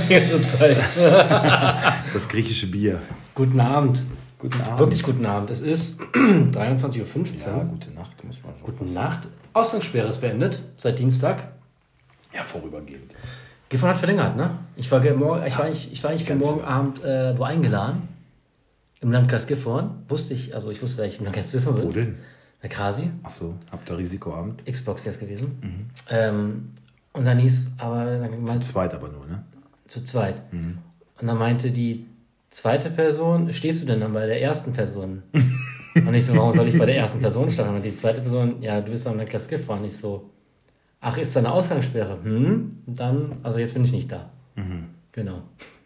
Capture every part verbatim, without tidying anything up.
die ganze Zeit. Das griechische Bier. Guten Abend. Guten Abend. Wirklich guten Abend. Es ist dreiundzwanzig Uhr fünfzehn. Ja, gute Nacht, muss man schon. Gute Nacht. Ausgangssperre ist beendet, seit Dienstag. Ja, vorübergehend. Gifhorn hat verlängert, ne? Ich war, ge- mor- ich war eigentlich, ich war eigentlich für morgen Abend äh, wo eingeladen. Im Landkreis Gifhorn. Wusste ich, also ich wusste, dass ich im Landkreis Gifhorn bin. Wo denn? Bei Krasi. Achso, habt ihr Risikoabend? Xbox wäre es gewesen. Mhm. Ähm, und dann hieß, aber dann Zu meinte, zweit aber nur, ne? zu zweit. Mhm. Und dann meinte die zweite Person, stehst du denn dann bei der ersten Person? Und ich so, warum soll ich bei der ersten Person stehen? Und die zweite Person, ja, du bist am Landkreis Gifhorn. Ich so, ach, ist da eine Ausgangssperre? Hm, dann, also jetzt bin ich nicht da. Mhm. Genau.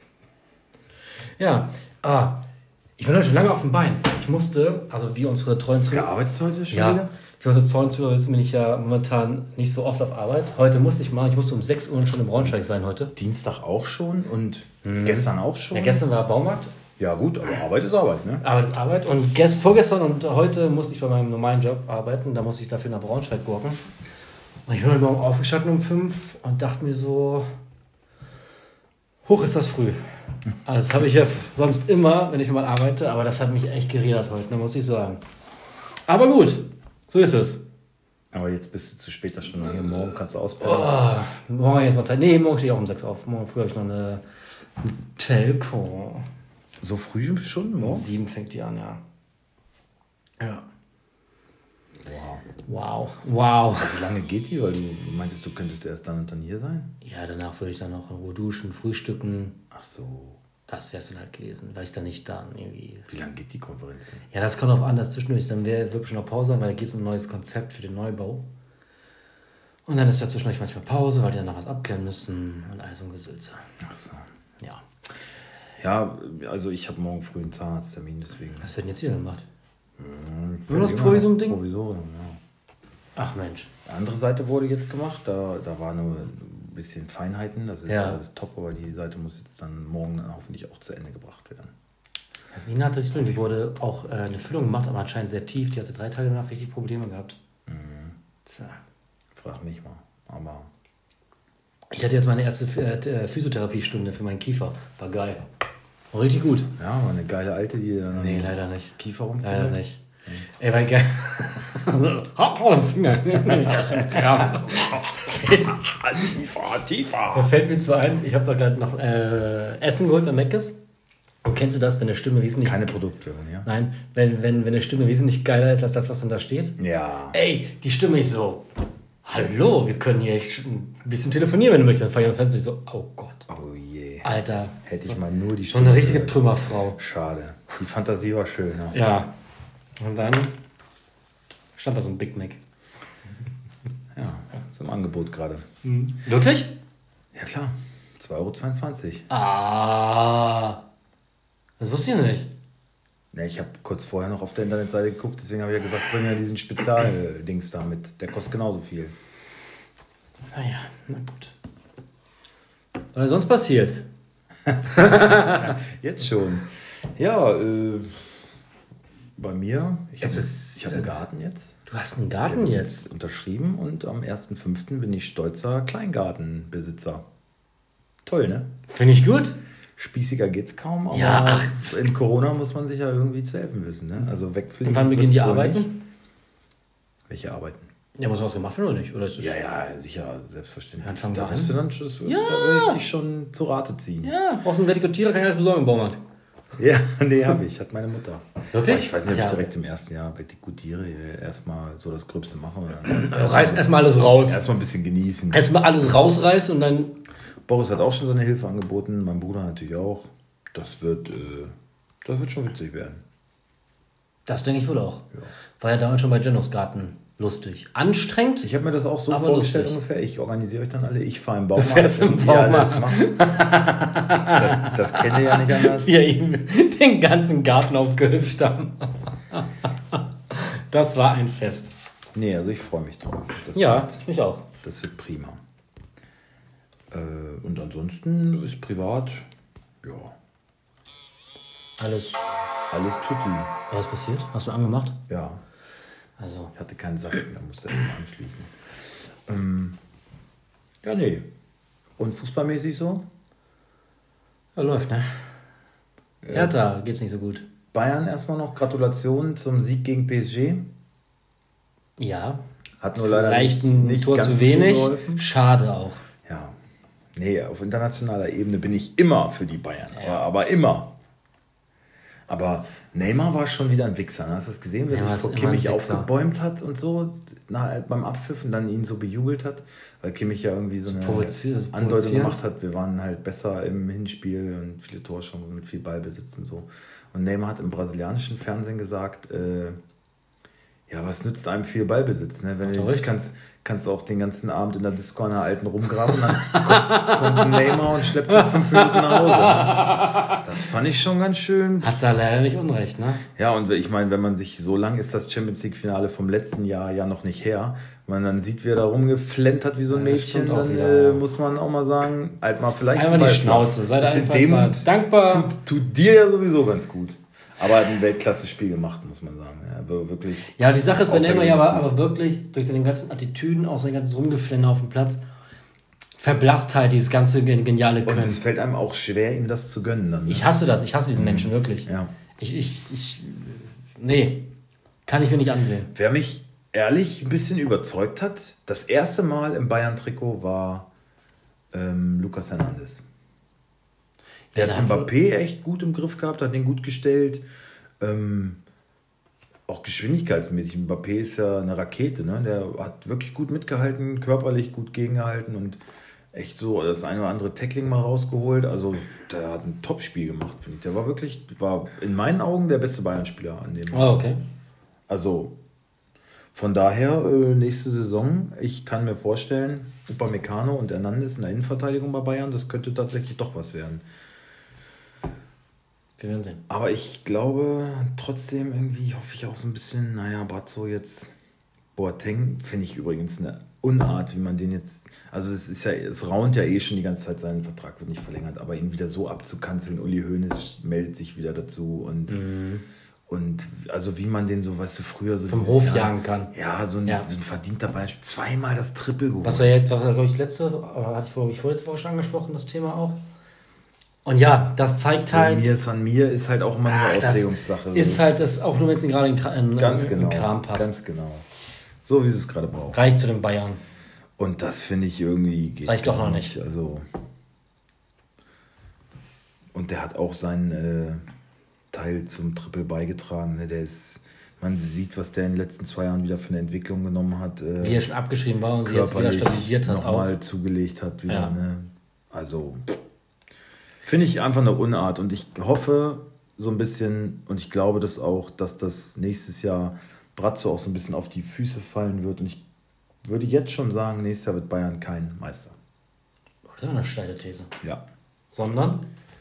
Ja, ah, ich bin heute schon lange auf dem Bein. Ich musste, also wie unsere treuen Zuhörer... Gearbeitet heute schon ja, wieder? für unsere treuen Zuhörer wissen, bin ich ja momentan nicht so oft auf Arbeit. Heute musste ich mal, ich musste um sechs Uhr schon im Braunschweig sein heute. Dienstag auch schon und mhm. gestern auch schon? Ja, gestern war Baumarkt. Ja gut, aber Arbeit ist Arbeit, ne? Arbeit ist Arbeit. Und gest, vorgestern und heute musste ich bei meinem normalen Job arbeiten. Da musste ich dafür nach Braunschweig gurken. Und ich bin heute Morgen aufgestanden um fünf und dachte mir so, hoch ist das früh. Also das habe ich ja sonst immer, wenn ich mal arbeite, aber das hat mich echt gerädert heute, muss ich sagen. Aber gut, so ist es. Aber jetzt bist du zu später Stunde hier. Morgen kannst du ausbauen. Oh, morgen jetzt mal Zeit. Nee, morgen stehe ich auch um sechs auf. Morgen früh habe ich noch eine, eine Telco. So früh schon Um morgen? sieben fängt die an, ja. Ja. Wow. Wow. Wow. Wie lange geht die? Weil du meintest, du könntest erst dann und dann hier sein? Ja, danach würde ich dann noch in Ruhe duschen, frühstücken. Ach so. Das wäre es dann halt gewesen, weil ich dann nicht dann irgendwie... Wie lange geht die Konferenz denn? Ja, das kommt auf an, dass zwischendurch dann wäre wirklich noch Pause sein, weil da geht es um ein neues Konzept für den Neubau. Und dann ist ja zwischendurch manchmal Pause, weil die dann noch was abklären müssen und all so ein Gesülze. Ach so. Ja. Ja, also ich habe morgen früh einen Zahnarzttermin, deswegen... Was wird denn jetzt hier gemacht? Hm, Nur das Provisum-Ding? Provisorium, ja. Ach Mensch. Die andere Seite wurde jetzt gemacht, da, da war nur ein bisschen Feinheiten, das ist Ja. jetzt alles top, aber die Seite muss jetzt dann morgen dann hoffentlich auch zu Ende gebracht werden. Sina hatte richtig, die wurde auch äh, eine Füllung gemacht, aber anscheinend sehr tief. Die hatte drei Tage danach richtig Probleme gehabt. Mhm. Tja. Frag mich mal, aber... Ich hatte jetzt meine erste äh, Physiotherapiestunde für meinen Kiefer. War geil. War richtig gut. Ja, war eine geile Alte, die dann Nee, leider nicht. Kiefer rumfindet. Leider nicht. Mhm. Ey, war geil. Hopp, auf den Finger. Tiefer, tiefer. Da fällt mir zwar ein, ich habe da gerade noch äh, Essen geholt bei Mc's. Und kennst du das, wenn eine Stimme wesentlich... Keine Produktwerbung, ja? Nein, wenn, wenn, wenn eine Stimme wesentlich geiler ist als das, was dann da steht? Ja. Ey, die Stimme ist so... Hallo, wir können hier echt ein bisschen telefonieren, wenn du möchtest. Dann fange ich ans Fenster. Ich so, oh Gott. Oh je. Alter. Hätte ich mal nur die So Stimme eine richtige gehört. Trümmerfrau. Schade. Die Fantasie war schön. Ja. Ja. Und dann stand da so ein Big Mac. Ja, ist im Angebot gerade. Wirklich? Ja klar, zwei Euro zweiundzwanzig. Ah. Das wusste ich nicht. Ne, ich habe kurz vorher noch auf der Internetseite geguckt, deswegen habe ich ja gesagt, bring ja diesen Spezialdings da mit. Der kostet genauso viel. Naja, na gut. Was ist sonst passiert? Jetzt schon. Ja, äh, bei mir, ich habe bist- ich hab einen Garten jetzt. Du hast einen Garten jetzt. Unterschrieben und am ersten fünften bin ich stolzer Kleingartenbesitzer. Toll, ne? Finde ich gut. Spießiger geht's kaum, aber Ja, ach. in Corona muss man sich ja irgendwie zu helfen wissen. Ne? Also wegfliegen. Und wann beginnen die wird's wohl Arbeiten? nicht. Welche Arbeiten? Ja, muss was gemacht werden oder nicht? Oder ist das Ja, ja, sicher, selbstverständlich. Ja, fangen wir da an. wirst du dann, das wirst Ja. da würde ich dich schon zu Rate ziehen. Ja, brauchst du einen Vertikutierer, kann ich alles besorgen im Baumarkt. Ja, nee, habe ich. Hat meine Mutter. Wirklich? Aber ich weiß nicht, ob Ja. ich direkt im ersten Jahr vertikutiere, erstmal so das Gröbste mache. Und dann erst- Also reißen erstmal alles raus. erstmal ein bisschen genießen. Erstmal alles rausreißen und dann. Boris hat auch schon seine Hilfe angeboten, mein Bruder natürlich auch. Das wird, äh, das wird schon witzig werden. Das denke ich wohl auch. Ja. War ja damals schon bei Jennos Garten lustig. Anstrengend. Ich habe mir das auch so Aber vorgestellt lustig. ungefähr. Ich organisiere euch dann alle. Ich fahre im Baumarkt. fährst im und ihr Baumarkt. alles macht. Das, das kennt ihr ja nicht anders. Wir ihm den ganzen Garten aufgehübscht haben. Das war ein Fest. Nee, also ich freue mich drauf. Das Ja, wird, ich mich auch. das wird prima. Äh, und ansonsten ist privat, ja, Alles. alles tutti. Was ist passiert? Hast du angemacht? Ja, Also. ich hatte keinen Saft mehr, musste erst mal anschließen. Ähm, ja, nee. Und fußballmäßig so? Ja, läuft, ne? Hertha geht's nicht so gut. Bayern erstmal noch Gratulation zum Sieg gegen P S G. Ja. Hat nur leider Vielleicht nicht, ein nicht Tor ganz zu so viel wenig. geholfen. Schade auch. Ja. Nee, auf internationaler Ebene bin ich immer für die Bayern. Ja. Aber, aber immer. Aber Neymar war schon wieder ein Wichser. Ne? Hast du das gesehen, wer Neymar sich vor ist immer ein Kimmich Wichser. aufgebäumt hat und so na, beim Abpfiff und dann ihn so bejubelt hat? Weil Kimmich ja irgendwie so eine Provozier- also Andeutung provozieren. gemacht hat, wir waren halt besser im Hinspiel und viele Torchancen mit viel Ballbesitz und so. Und Neymar hat im brasilianischen Fernsehen gesagt, äh, ja, was nützt einem viel Ballbesitz? Ne? Wenn Hat du er recht. kannst, kannst auch den ganzen Abend in der Disco an der Alten rumgraben, dann kommt, kommt ein Neymar und schleppt sich fünf Minuten nach Hause. Ne? Das fand ich schon ganz schön. Hat da leider nicht Unrecht, ne? Ja, und ich meine, wenn man sich, so lang ist das Champions League-Finale vom letzten Jahr ja noch nicht her, wenn man dann sieht, wie er da rumgeflennt hat wie so ein Ja, das Mädchen, stimmt auch dann wieder, äh, ja. muss man auch mal sagen, halt mal vielleicht Einmal den die Ball flach. Schnauze, sei da Bisschen einfach mal Demut dankbar. Tut, tut dir ja sowieso ganz gut. Aber hat ein Weltklasse-Spiel gemacht, muss man sagen. Ja, aber wirklich. Ja, die Sache ist bei Neymar ja aber, außergewöhnlich aber wirklich durch seine ganzen Attitüden, auch sein ganzes Rumgeflenne auf dem Platz, verblasst halt dieses ganze gen- geniale gut. Und Können. es fällt einem auch schwer, ihm das zu gönnen. Dann, ne? Ich hasse das, ich hasse diesen Menschen wirklich. Ja. Ich, ich, ich, nee, kann ich mir nicht ansehen. Wer mich ehrlich ein bisschen überzeugt hat, das erste Mal im Bayern-Trikot war ähm, Lucas Hernandez. Der Ja, hat da hat- Mbappé echt gut im Griff gehabt, hat den gut gestellt. Ähm, auch geschwindigkeitsmäßig. Mbappé ist ja eine Rakete, ne? Der hat wirklich gut mitgehalten, körperlich gut gegengehalten und echt so das eine oder andere Tackling mal rausgeholt. Also der hat ein Top-Spiel gemacht, finde ich. Der war wirklich, war in meinen Augen der beste Bayern-Spieler an dem. Oh, okay. Also von daher, äh, nächste Saison, ich kann mir vorstellen, Upamecano und Hernandez in der Innenverteidigung bei Bayern, das könnte tatsächlich doch was werden. Wir werden sehen. Aber ich glaube, trotzdem irgendwie hoffe ich auch so ein bisschen, naja, Brazzo jetzt, Boateng finde ich übrigens eine Unart, wie man den jetzt, also es ist ja, es raunt ja eh schon die ganze Zeit, sein Vertrag wird nicht verlängert, aber ihn wieder so abzukanzeln, Uli Hoeneß meldet sich wieder dazu und, Mhm. und also wie man den so, weißt du, früher so Vom dieses Hof Jahr- jagen kann. Ja, so ein, Ja. so ein verdienter Beispiel, zweimal das Triple geholt. Was war jetzt, was war, glaube ich, letzte, oder hatte ich vor, ich vorletzte Woche schon angesprochen, das Thema auch. Und ja, das zeigt halt, Mir ist an mir ist halt auch immer Ach, eine das Auslegungssache. ist So, halt das, auch nur wenn es ihnen gerade in, Kra- in, ganz in, genau, in Kram passt. ganz genau. So wie sie es gerade braucht. Reicht zu den Bayern. Und das finde ich irgendwie geht Reicht doch gar noch nicht. Also und der hat auch seinen äh, Teil zum Triple beigetragen. Ne? Der ist, man sieht, was der in den letzten zwei Jahren wieder für eine Entwicklung genommen hat. Äh, Wie er schon abgeschrieben war und sie jetzt wieder körperlich stabilisiert hat auch. nochmal zugelegt hat wieder. Ja. Ne? Also finde ich einfach eine Unart und ich hoffe so ein bisschen und ich glaube das auch, dass das nächstes Jahr Brazzo auch so ein bisschen auf die Füße fallen wird und ich würde jetzt schon sagen, nächstes Jahr wird Bayern kein Meister. Das ist eine steile These. Ja. Sondern?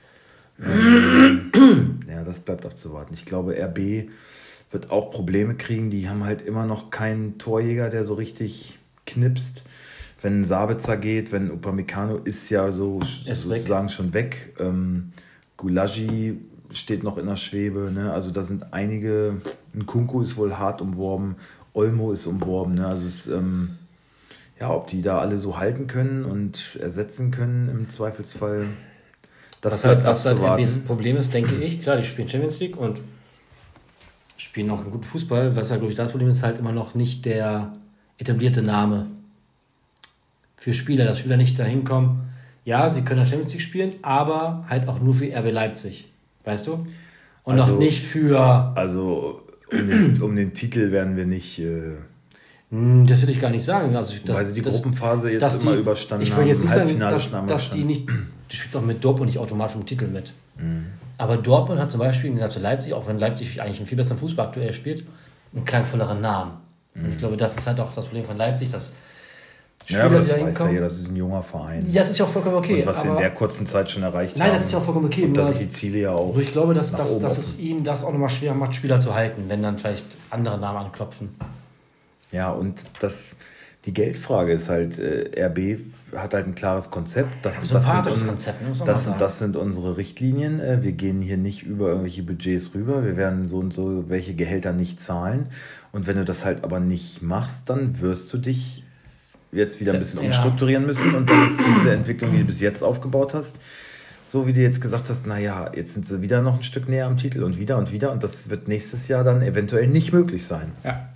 Ja, das bleibt abzuwarten. Ich glaube, R B wird auch Probleme kriegen. Die haben halt immer noch keinen Torjäger, der so richtig knipst. Wenn Sabitzer geht, wenn Upamecano ist ja so Ist sozusagen schon weg. Ähm, Gulagi steht noch in der Schwebe. Ne? Also da sind einige. Nkunku ist wohl hart umworben. Olmo ist umworben. Ne? Also es, ähm, ja, ob die da alle so halten können und ersetzen können im Zweifelsfall. Das Was halt, bleibt was halt abzuwarten. R Bs Problem ist, denke ich, klar, die spielen Champions League und spielen auch einen guten Fußball. Was halt, glaube ich, das Problem ist, halt immer noch nicht der etablierte Name für Spieler, dass Spieler nicht dahin kommen. Ja, sie können Champions League spielen, aber halt auch nur für R B Leipzig. Weißt du? Und Also- noch nicht für. Also um den, um den Titel werden wir nicht, äh, Hm, Das will ich gar nicht sagen. Also, das, weil sie die das, Gruppenphase jetzt dass immer die, überstanden ich will jetzt haben, nicht sagen, Halbfinale dass, schon einmal dass die überstanden. nicht. Du spielst auch mit Dortmund nicht automatisch im Titel mit. Mhm. Aber Dortmund hat zum Beispiel im Gegensatz zu Leipzig, auch wenn Leipzig eigentlich einen viel besseren Fußball aktuell spielt, einen klangvolleren Namen. Und ich glaube, das ist halt auch das Problem von Leipzig, dass Ja, aber das die da weiß ja hinkommen. jeder, das ist ein junger Verein. Ja, das ist ja auch vollkommen okay. Und was sie in aber, der kurzen Zeit schon erreicht nein, haben. das ist ja auch vollkommen okay. Und da Nur sind die Ziele ja auch. aber ich glaube, dass, nach dass, oben dass offen. es ihnen das auch nochmal schwer macht, Spieler zu halten, wenn dann vielleicht andere Namen anklopfen. Ja, und das, die Geldfrage ist halt, äh, R B hat halt ein klares Konzept. Das, das, sind, Sympathisches un- Konzept, ne, muss man mal das, sind, sagen. das sind unsere Richtlinien. Äh, wir gehen hier nicht über irgendwelche Budgets rüber. Wir werden so und so welche Gehälter nicht zahlen. Und wenn du das halt aber nicht machst, dann wirst du dich jetzt wieder ein bisschen Ja. umstrukturieren müssen. Und dann ist diese Entwicklung, die du bis jetzt aufgebaut hast, so wie du jetzt gesagt hast, naja, jetzt sind sie wieder noch ein Stück näher am Titel und wieder und wieder und das wird nächstes Jahr dann eventuell nicht möglich sein. Ja.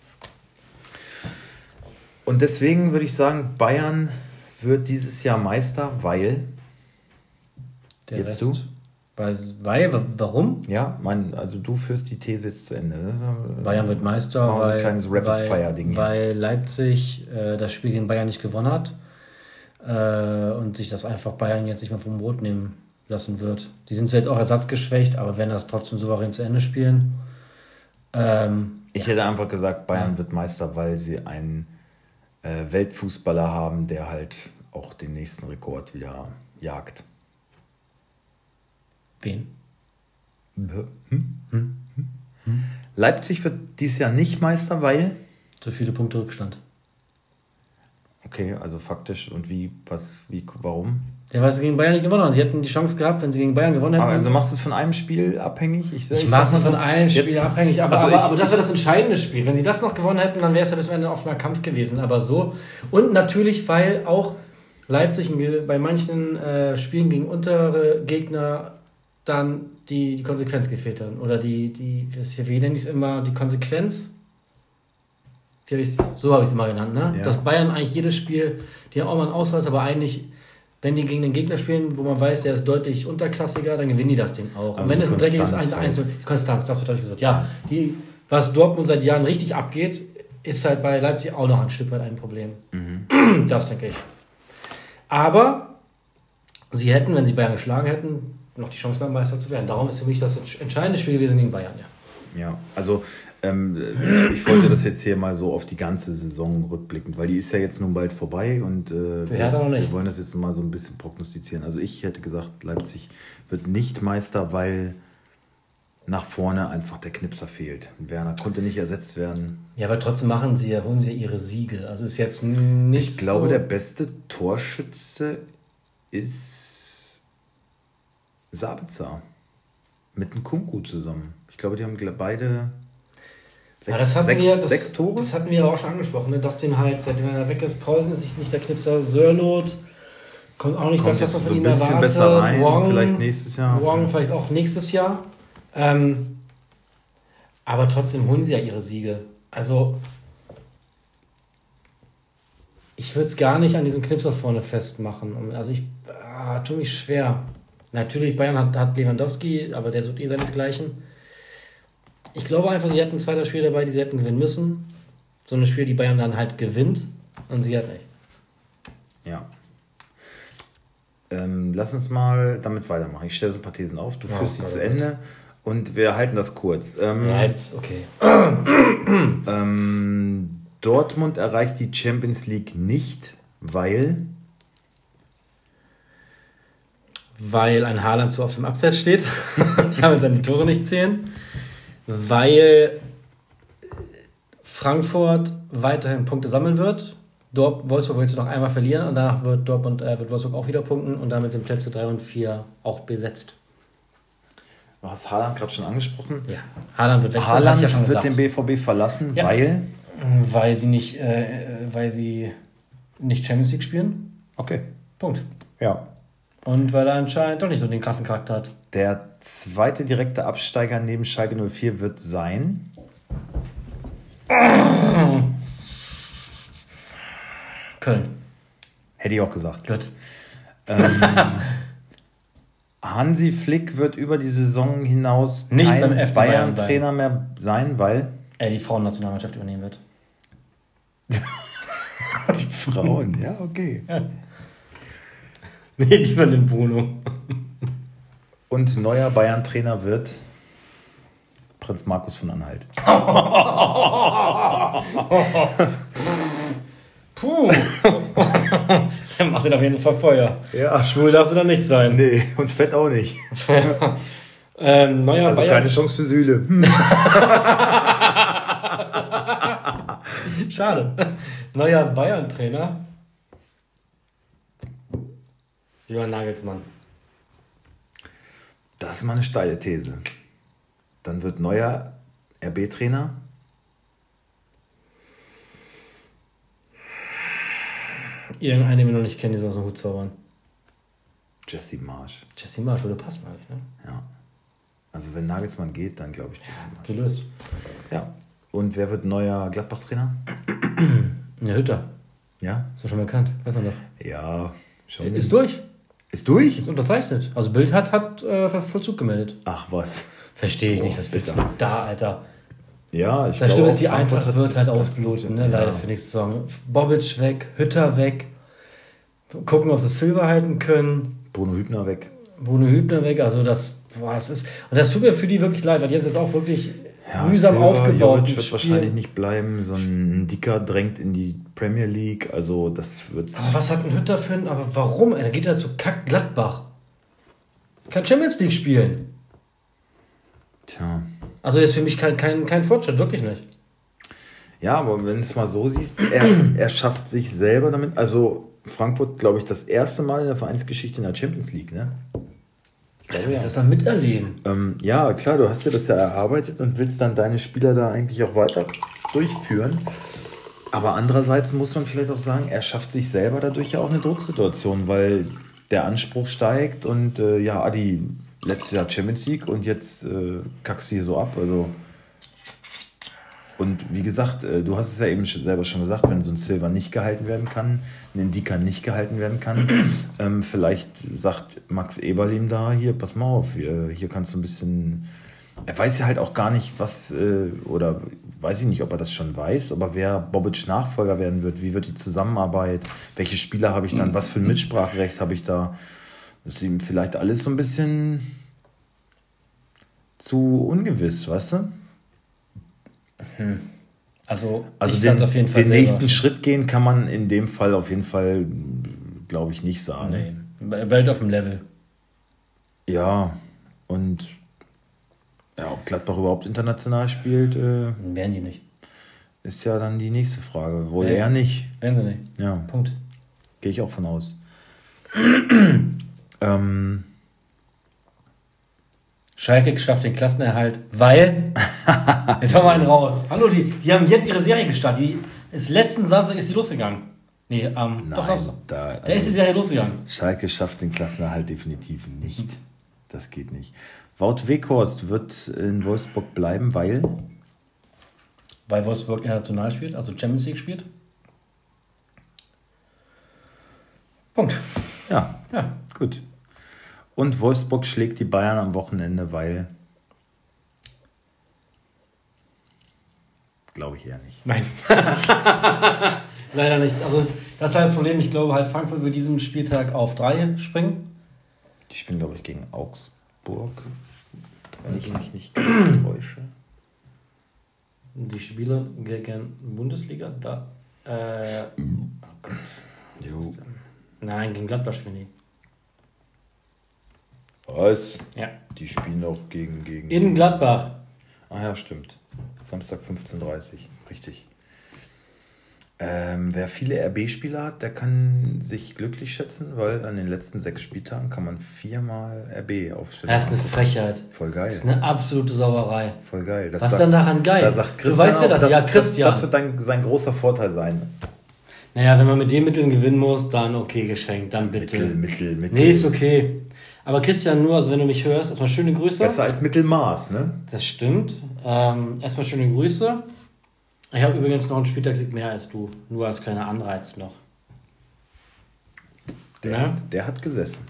Und deswegen würde ich sagen, Bayern wird dieses Jahr Meister, weil... Der jetzt Rest, du? Weil, weil, warum? Ja, mein, also du führst die These jetzt zu Ende. Ne? Bayern wird Meister, Machen wir so ein weil, kleines weil, Rapid-Fire-Ding hier. weil Leipzig äh, das Spiel gegen Bayern nicht gewonnen hat äh, und sich das einfach Bayern jetzt nicht mehr vom Brot nehmen lassen wird. Die sind zwar jetzt auch ersatzgeschwächt, aber werden das trotzdem souverän zu Ende spielen. Ähm, ich hätte einfach gesagt, Bayern ja. wird Meister, weil sie einen äh, Weltfußballer haben, der halt auch den nächsten Rekord wieder jagt. Wen? Hm? Hm? Hm? Hm? Leipzig wird dieses Jahr nicht Meister, weil... Zu viele Punkte Rückstand. Okay, also faktisch. Und wie, was, wie, warum? Ja, weil sie gegen Bayern nicht gewonnen haben. Sie hätten die Chance gehabt, wenn sie gegen Bayern gewonnen hätten. Aber also machst du es von einem Spiel abhängig? Ich, ich, ich mache es von einem Spiel jetzt, abhängig. Aber, also aber, ich, aber das wäre das entscheidende Spiel. Wenn sie das noch gewonnen hätten, dann wäre es ja bis zum Ende ein offener Kampf gewesen. Aber so. Und natürlich, weil auch Leipzig bei manchen äh, Spielen gegen untere Gegner dann die, die Konsequenz gefehlt hat. Oder die, die wie nenne ich es immer, die Konsequenz. Wie hab ich's, so habe ich es immer genannt, ne? Ja. Dass Bayern eigentlich jedes Spiel, die haben auch mal einen Ausweis, aber eigentlich, wenn die gegen den Gegner spielen, wo man weiß, der ist deutlich unterklassiger, dann gewinnen die das Ding auch. Also und wenn es ein dreckiges Einzel, die Konstanz, das wird deutlich gesagt. Ja, die, was Dortmund seit Jahren richtig abgeht, ist halt bei Leipzig auch noch ein Stück weit ein Problem. Mhm. Das denke ich. Aber sie hätten, wenn sie Bayern geschlagen hätten, noch die Chance, beim Meister zu werden. Darum ist für mich das entscheidende Spiel gewesen gegen Bayern, ja. Ja, also ähm, ich, ich wollte das jetzt hier mal so auf die ganze Saison rückblickend, weil die ist ja jetzt nun bald vorbei und äh, wir, noch nicht. wir wollen das jetzt mal so ein bisschen prognostizieren. Also ich hätte gesagt, Leipzig wird nicht Meister, weil nach vorne einfach der Knipser fehlt. Werner konnte nicht ersetzt werden. Ja, aber trotzdem machen sie, holen sie ihre Siege. Also ist jetzt nicht Ich glaube, so der beste Torschütze ist Sabitzer. Mit einem Kunku zusammen. Ich glaube, die haben beide sechs, ja, das hatten sechs, wir, das, sechs Tore. Das hatten wir auch schon angesprochen, ne? Dass den halt, seitdem er weg ist, Paulsen ist nicht der Knipser, Sörloth kommt auch nicht kommt das, was man von so ihm ein bisschen erwartet. Besser rein, Wong, vielleicht nächstes Jahr. Wong vielleicht auch nächstes Jahr. Ähm, aber trotzdem holen sie ja ihre Siege. Also ich würde es gar nicht an diesem Knipser vorne festmachen. Also ich ah, tue mich schwer. Natürlich, Bayern hat, hat Lewandowski, aber der sucht eh seinesgleichen. Ich glaube einfach, sie hatten ein zweites Spiel dabei, die sie hätten gewinnen müssen. So ein Spiel, die Bayern dann halt gewinnt und sie hat nicht. Ja. Ähm, lass uns mal damit weitermachen. Ich stelle so ein paar Thesen auf, du Oh, führst sie Gott, zu Gott. Ende und wir halten das kurz. Ähm, Ja, jetzt, okay. ähm, Dortmund erreicht die Champions League nicht, weil... Weil ein Haaland zu oft im Abseits steht, damit dann die Tore nicht zählen. Weil Frankfurt weiterhin Punkte sammeln wird. Dort, Wolfsburg willst du noch einmal verlieren und danach wird Dortmund, äh, wird Wolfsburg auch wieder punkten und damit sind Plätze drei und vier auch besetzt. Du hast Haaland gerade schon angesprochen. Ja, Haaland wird wechseln. Haaland hatte ich ja schon wird gesagt. den B V B verlassen, Ja. weil... Weil sie nicht, äh, weil sie nicht Champions League spielen. Okay. Punkt. Ja. Und weil er anscheinend doch nicht so den krassen Charakter hat. Der zweite direkte Absteiger neben Schalke null vier wird sein... Köln. Hätte ich auch gesagt. Gut. Ähm, Hansi Flick wird über die Saison hinaus Nicht kein beim F C Bayern Bayern-Trainer mehr sein, weil... Er die Frauennationalmannschaft übernehmen wird. Die Frauen, ja, okay. Ja. Nee, die übernimmt Bruno. Und neuer Bayern-Trainer wird Prinz Markus von Anhalt. Puh. Der macht den auf jeden Fall Feuer. Ja. Schwul darf sie dann nicht sein. Nee, und fett auch nicht. ähm, neuer Also Bayern. keine Chance für Süle. Hm. Schade. Neuer Bayern-Trainer. Johann Nagelsmann. Das ist mal eine steile These. Dann wird neuer R B-Trainer. Irgendeinen, den wir noch nicht kennen, die so aus dem Hut zaubern. Jesse Marsch. Jesse Marsch würde passen eigentlich, ne? Ja. Also wenn Nagelsmann geht, dann glaube ich Jesse Marsch. Gelöst. Ja. Und wer wird neuer Gladbach-Trainer? Ja, Hütter. Ja? Ist doch schon bekannt. Weiß man doch. Ja, schon. Ist durch. Ist durch? Ist unterzeichnet. Also Bild hat, hat äh, Vollzug gemeldet. Ach was. Verstehe ich Boah, nicht, das willst bitter. du da, Alter. Ja, ich Das glaube Schlimme ist, auch, die Frankfurt Eintracht hat- wird halt hat ausgeloten, ne? gute- Leider ja. für nächste Saison. Bobic weg, Hütter weg. Gucken, ob sie Silber halten können. Bruno Hübner weg. Bruno Hübner weg. Also das, boah, es ist. Und das tut mir für die wirklich leid, weil die haben es jetzt auch wirklich Ja, mühsam Silva, aufgebaut. Jovic ein wird Spiel. wahrscheinlich nicht bleiben. So ein Dicker drängt in die Premier League. Also das wird... Aber was hat ein Hütter für ein. Aber warum? Ey? Da geht er zu Kack Gladbach. Kann Champions League spielen. Tja. Also ist für mich kein, kein, kein Fortschritt, wirklich nicht. Ja, aber wenn du es mal so siehst, er, er schafft sich selber damit. Also Frankfurt, glaube ich, das erste Mal in der Vereinsgeschichte in der Champions League, ne? Ja, du willst das dann miterleben. Ähm, ja, klar, du hast dir das ja erarbeitet und willst dann deine Spieler da eigentlich auch weiter durchführen. Aber andererseits muss man vielleicht auch sagen, er schafft sich selber dadurch ja auch eine Drucksituation, weil der Anspruch steigt und äh, ja, Adi, letztes Jahr Champions League und jetzt äh, kackst du hier so ab. Also und wie gesagt, äh, du hast es ja eben schon- selber schon gesagt, wenn so ein Silva nicht gehalten werden kann, ein Indika nicht gehalten werden kann, ähm, vielleicht sagt Max Eberl ihm da, hier, pass mal auf, hier, hier kannst du ein bisschen... Er weiß ja halt auch gar nicht, was, äh, oder weiß ich nicht, ob er das schon weiß, aber wer Bobic Nachfolger werden wird, wie wird die Zusammenarbeit, welche Spieler habe ich dann, was für ein Mitspracherecht habe ich da, das ist ihm vielleicht alles so ein bisschen zu ungewiss, weißt du? Also, Also ich den, kann's auf jeden Fall den selber. nächsten Schritt gehen kann man in dem Fall auf jeden Fall, glaube ich, nicht sagen. Nee, er bleibt auf dem Level. Ja, und ja, ob Gladbach überhaupt international spielt, äh, Werden die nicht. ist ja dann die nächste Frage. Wohl Nee. eher nicht. Werden sie nicht. Ja, Punkt. gehe ich auch von aus. ähm, Schalke schafft den Klassenerhalt, weil. Jetzt haben wir einen raus. Hallo, die, die haben jetzt ihre Serie gestartet. Die ist letzten Samstag ist die losgegangen. Nee, am nein, doch Samstag. da, Da ist die Serie losgegangen. Schalke schafft den Klassenerhalt definitiv nicht. Das geht nicht. Wout Weghorst wird in Wolfsburg bleiben, weil... Weil Wolfsburg international spielt, also Champions League spielt. Punkt. Ja, Ja. gut. Und Wolfsburg schlägt die Bayern am Wochenende, weil... Glaube ich eher nicht. Nein. Leider nicht. Also, das heißt das Problem, ich glaube halt, Frankfurt wird diesen Spieltag auf drei springen. Die spielen, glaube ich, gegen Augsburg. Wenn ich mich nicht ganz täusche. Die Spieler gegen Bundesliga, da. Äh, Jo. nein, gegen Gladbach spielen die. Was? Ja. Die spielen auch gegen... gegen In Gladbach. Ah ja, stimmt. Samstag fünfzehn Uhr dreißig. Richtig. Ähm, wer viele R B-Spieler hat, der kann sich glücklich schätzen, weil an den letzten sechs Spieltagen kann man viermal R B aufstellen. Das ist eine Frechheit. Voll geil. Das ist eine absolute Sauerei. Voll geil. Das Was sagt- dann daran geil? Da sagt Du Christian weißt, wer auch, das ist? Ja, Christian. Das, das wird dann sein großer Vorteil sein. Naja, wenn man mit den Mitteln gewinnen muss, dann okay, geschenkt, dann bitte. Mittel, Mittel, Mittel. Nee, ist okay. Aber Christian, nur, also wenn du mich hörst, erstmal schöne Grüße. Besser als Mittelmaß, ne? Das stimmt. Ähm, erstmal schöne Grüße. Ich habe übrigens noch einen Spieltagssieg mehr als du. Nur als kleiner Anreiz noch. Der, Ja. der hat gesessen.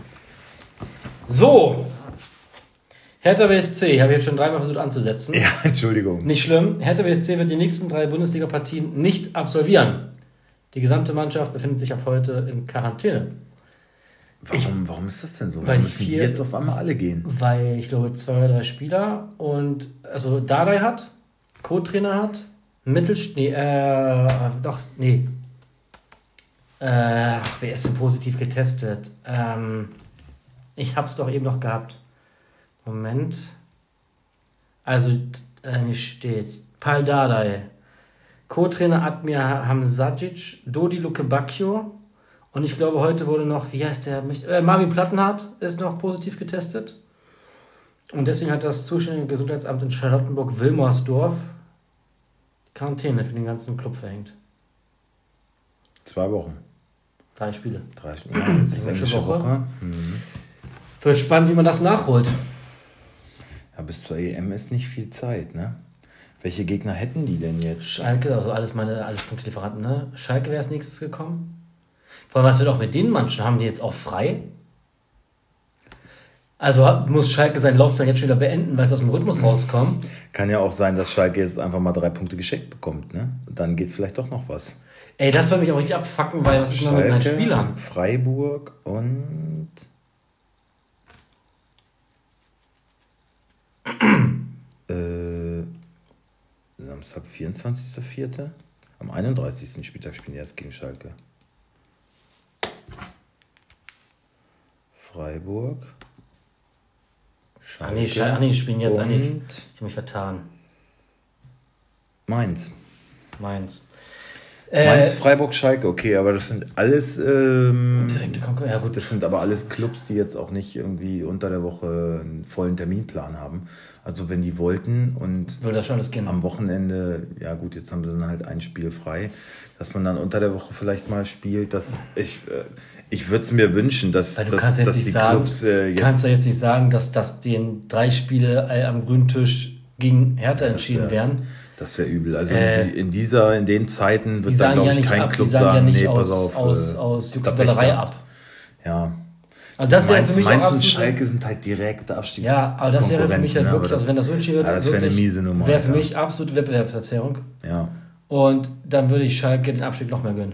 So. Hertha B S C, habe ich jetzt schon dreimal versucht anzusetzen. Ja, Entschuldigung. Nicht schlimm. Hertha B S C wird die nächsten drei Bundesliga-Partien nicht absolvieren. Die gesamte Mannschaft befindet sich ab heute in Quarantäne. Warum, warum ist das denn so? weil Warum die müssen die vier- jetzt auf einmal alle gehen? Weil ich glaube zwei oder drei Spieler und also Dardai hat, Co-Trainer hat, Mittel, nee, äh, doch, nee. Äh, ach, wer ist denn positiv getestet? Ähm, ich hab's doch eben noch gehabt. Moment. Also, äh, hier steht's. Pal Dardai. Co-Trainer Admir Hamzadzic, Dodi Luke Bacchio. Und ich glaube, heute wurde noch, wie heißt der? Äh, Marvin Plattenhardt ist noch positiv getestet. Und deswegen hat das zuständige Gesundheitsamt in Charlottenburg-Wilmersdorf die Quarantäne für den ganzen Club verhängt. Zwei Wochen. Drei Spiele. Drei Stunden. Ja, das ist Englische englische Woche. Woche. Mhm. Wird spannend, wie man das nachholt. Ja, bis zur E M ist nicht viel Zeit, ne? Welche Gegner hätten die denn jetzt? Schalke, also alles meine, alles Punktelieferanten, ne? Schalke wäre als nächstes gekommen. Vor allem, was wird auch mit den Mannschaften? Haben die jetzt auch frei? Also muss Schalke seinen Lauf dann jetzt schon wieder beenden, weil sie aus dem Rhythmus rauskommen. Kann ja auch sein, dass Schalke jetzt einfach mal drei Punkte geschenkt bekommt, ne? Und dann geht vielleicht doch noch was. Ey, das würde mich auch richtig abfucken, weil was ist denn mit meinen Spielern? Freiburg und... äh, Samstag, vierundzwanzigster vierter Am einunddreißigsten Spieltag spielen die erst gegen Schalke. Freiburg... Schalke. Ah nee, Schalke, ah, nee, die spielen jetzt eigentlich. Ich habe mich vertan. Mainz. Mainz. Mainz, äh, Freiburg, Schalke, okay, aber das sind alles. Ähm, direkte Konkurrenz, ja gut. Das sind aber alles Clubs, die jetzt auch nicht irgendwie unter der Woche einen vollen Terminplan haben. Also wenn die wollten und soll das schon alles gehen. Am Wochenende, ja gut, jetzt haben sie dann halt ein Spiel frei, dass man dann unter der Woche vielleicht mal spielt, dass ich. Äh, Ich würde es mir wünschen, dass, Weil du dass, kannst jetzt dass nicht die sagen, Clubs äh, jetzt... kannst du jetzt nicht sagen, dass, dass den drei Spiele äh, am grünen Tisch gegen Hertha ja, entschieden wär, werden. Das wäre übel. Also äh, in dieser, in den Zeiten wird die dann, glaube ja ich, kein ab, Club die sagen sagen, ja nicht nee, aus, pass auf. Aus, äh, aus Juxballerei ab. Ja. Also das wäre für mich Mainz auch und Schalke sind halt direkte Abstiegs. Ja, aber das wäre für mich halt wirklich, also wenn das so entschieden wird, ja, das wäre eine miese Nummer. Wäre für mich absolute Wettbewerbsverzerrung. Ja. Und dann würde ich Schalke den Abstieg noch mehr gönnen.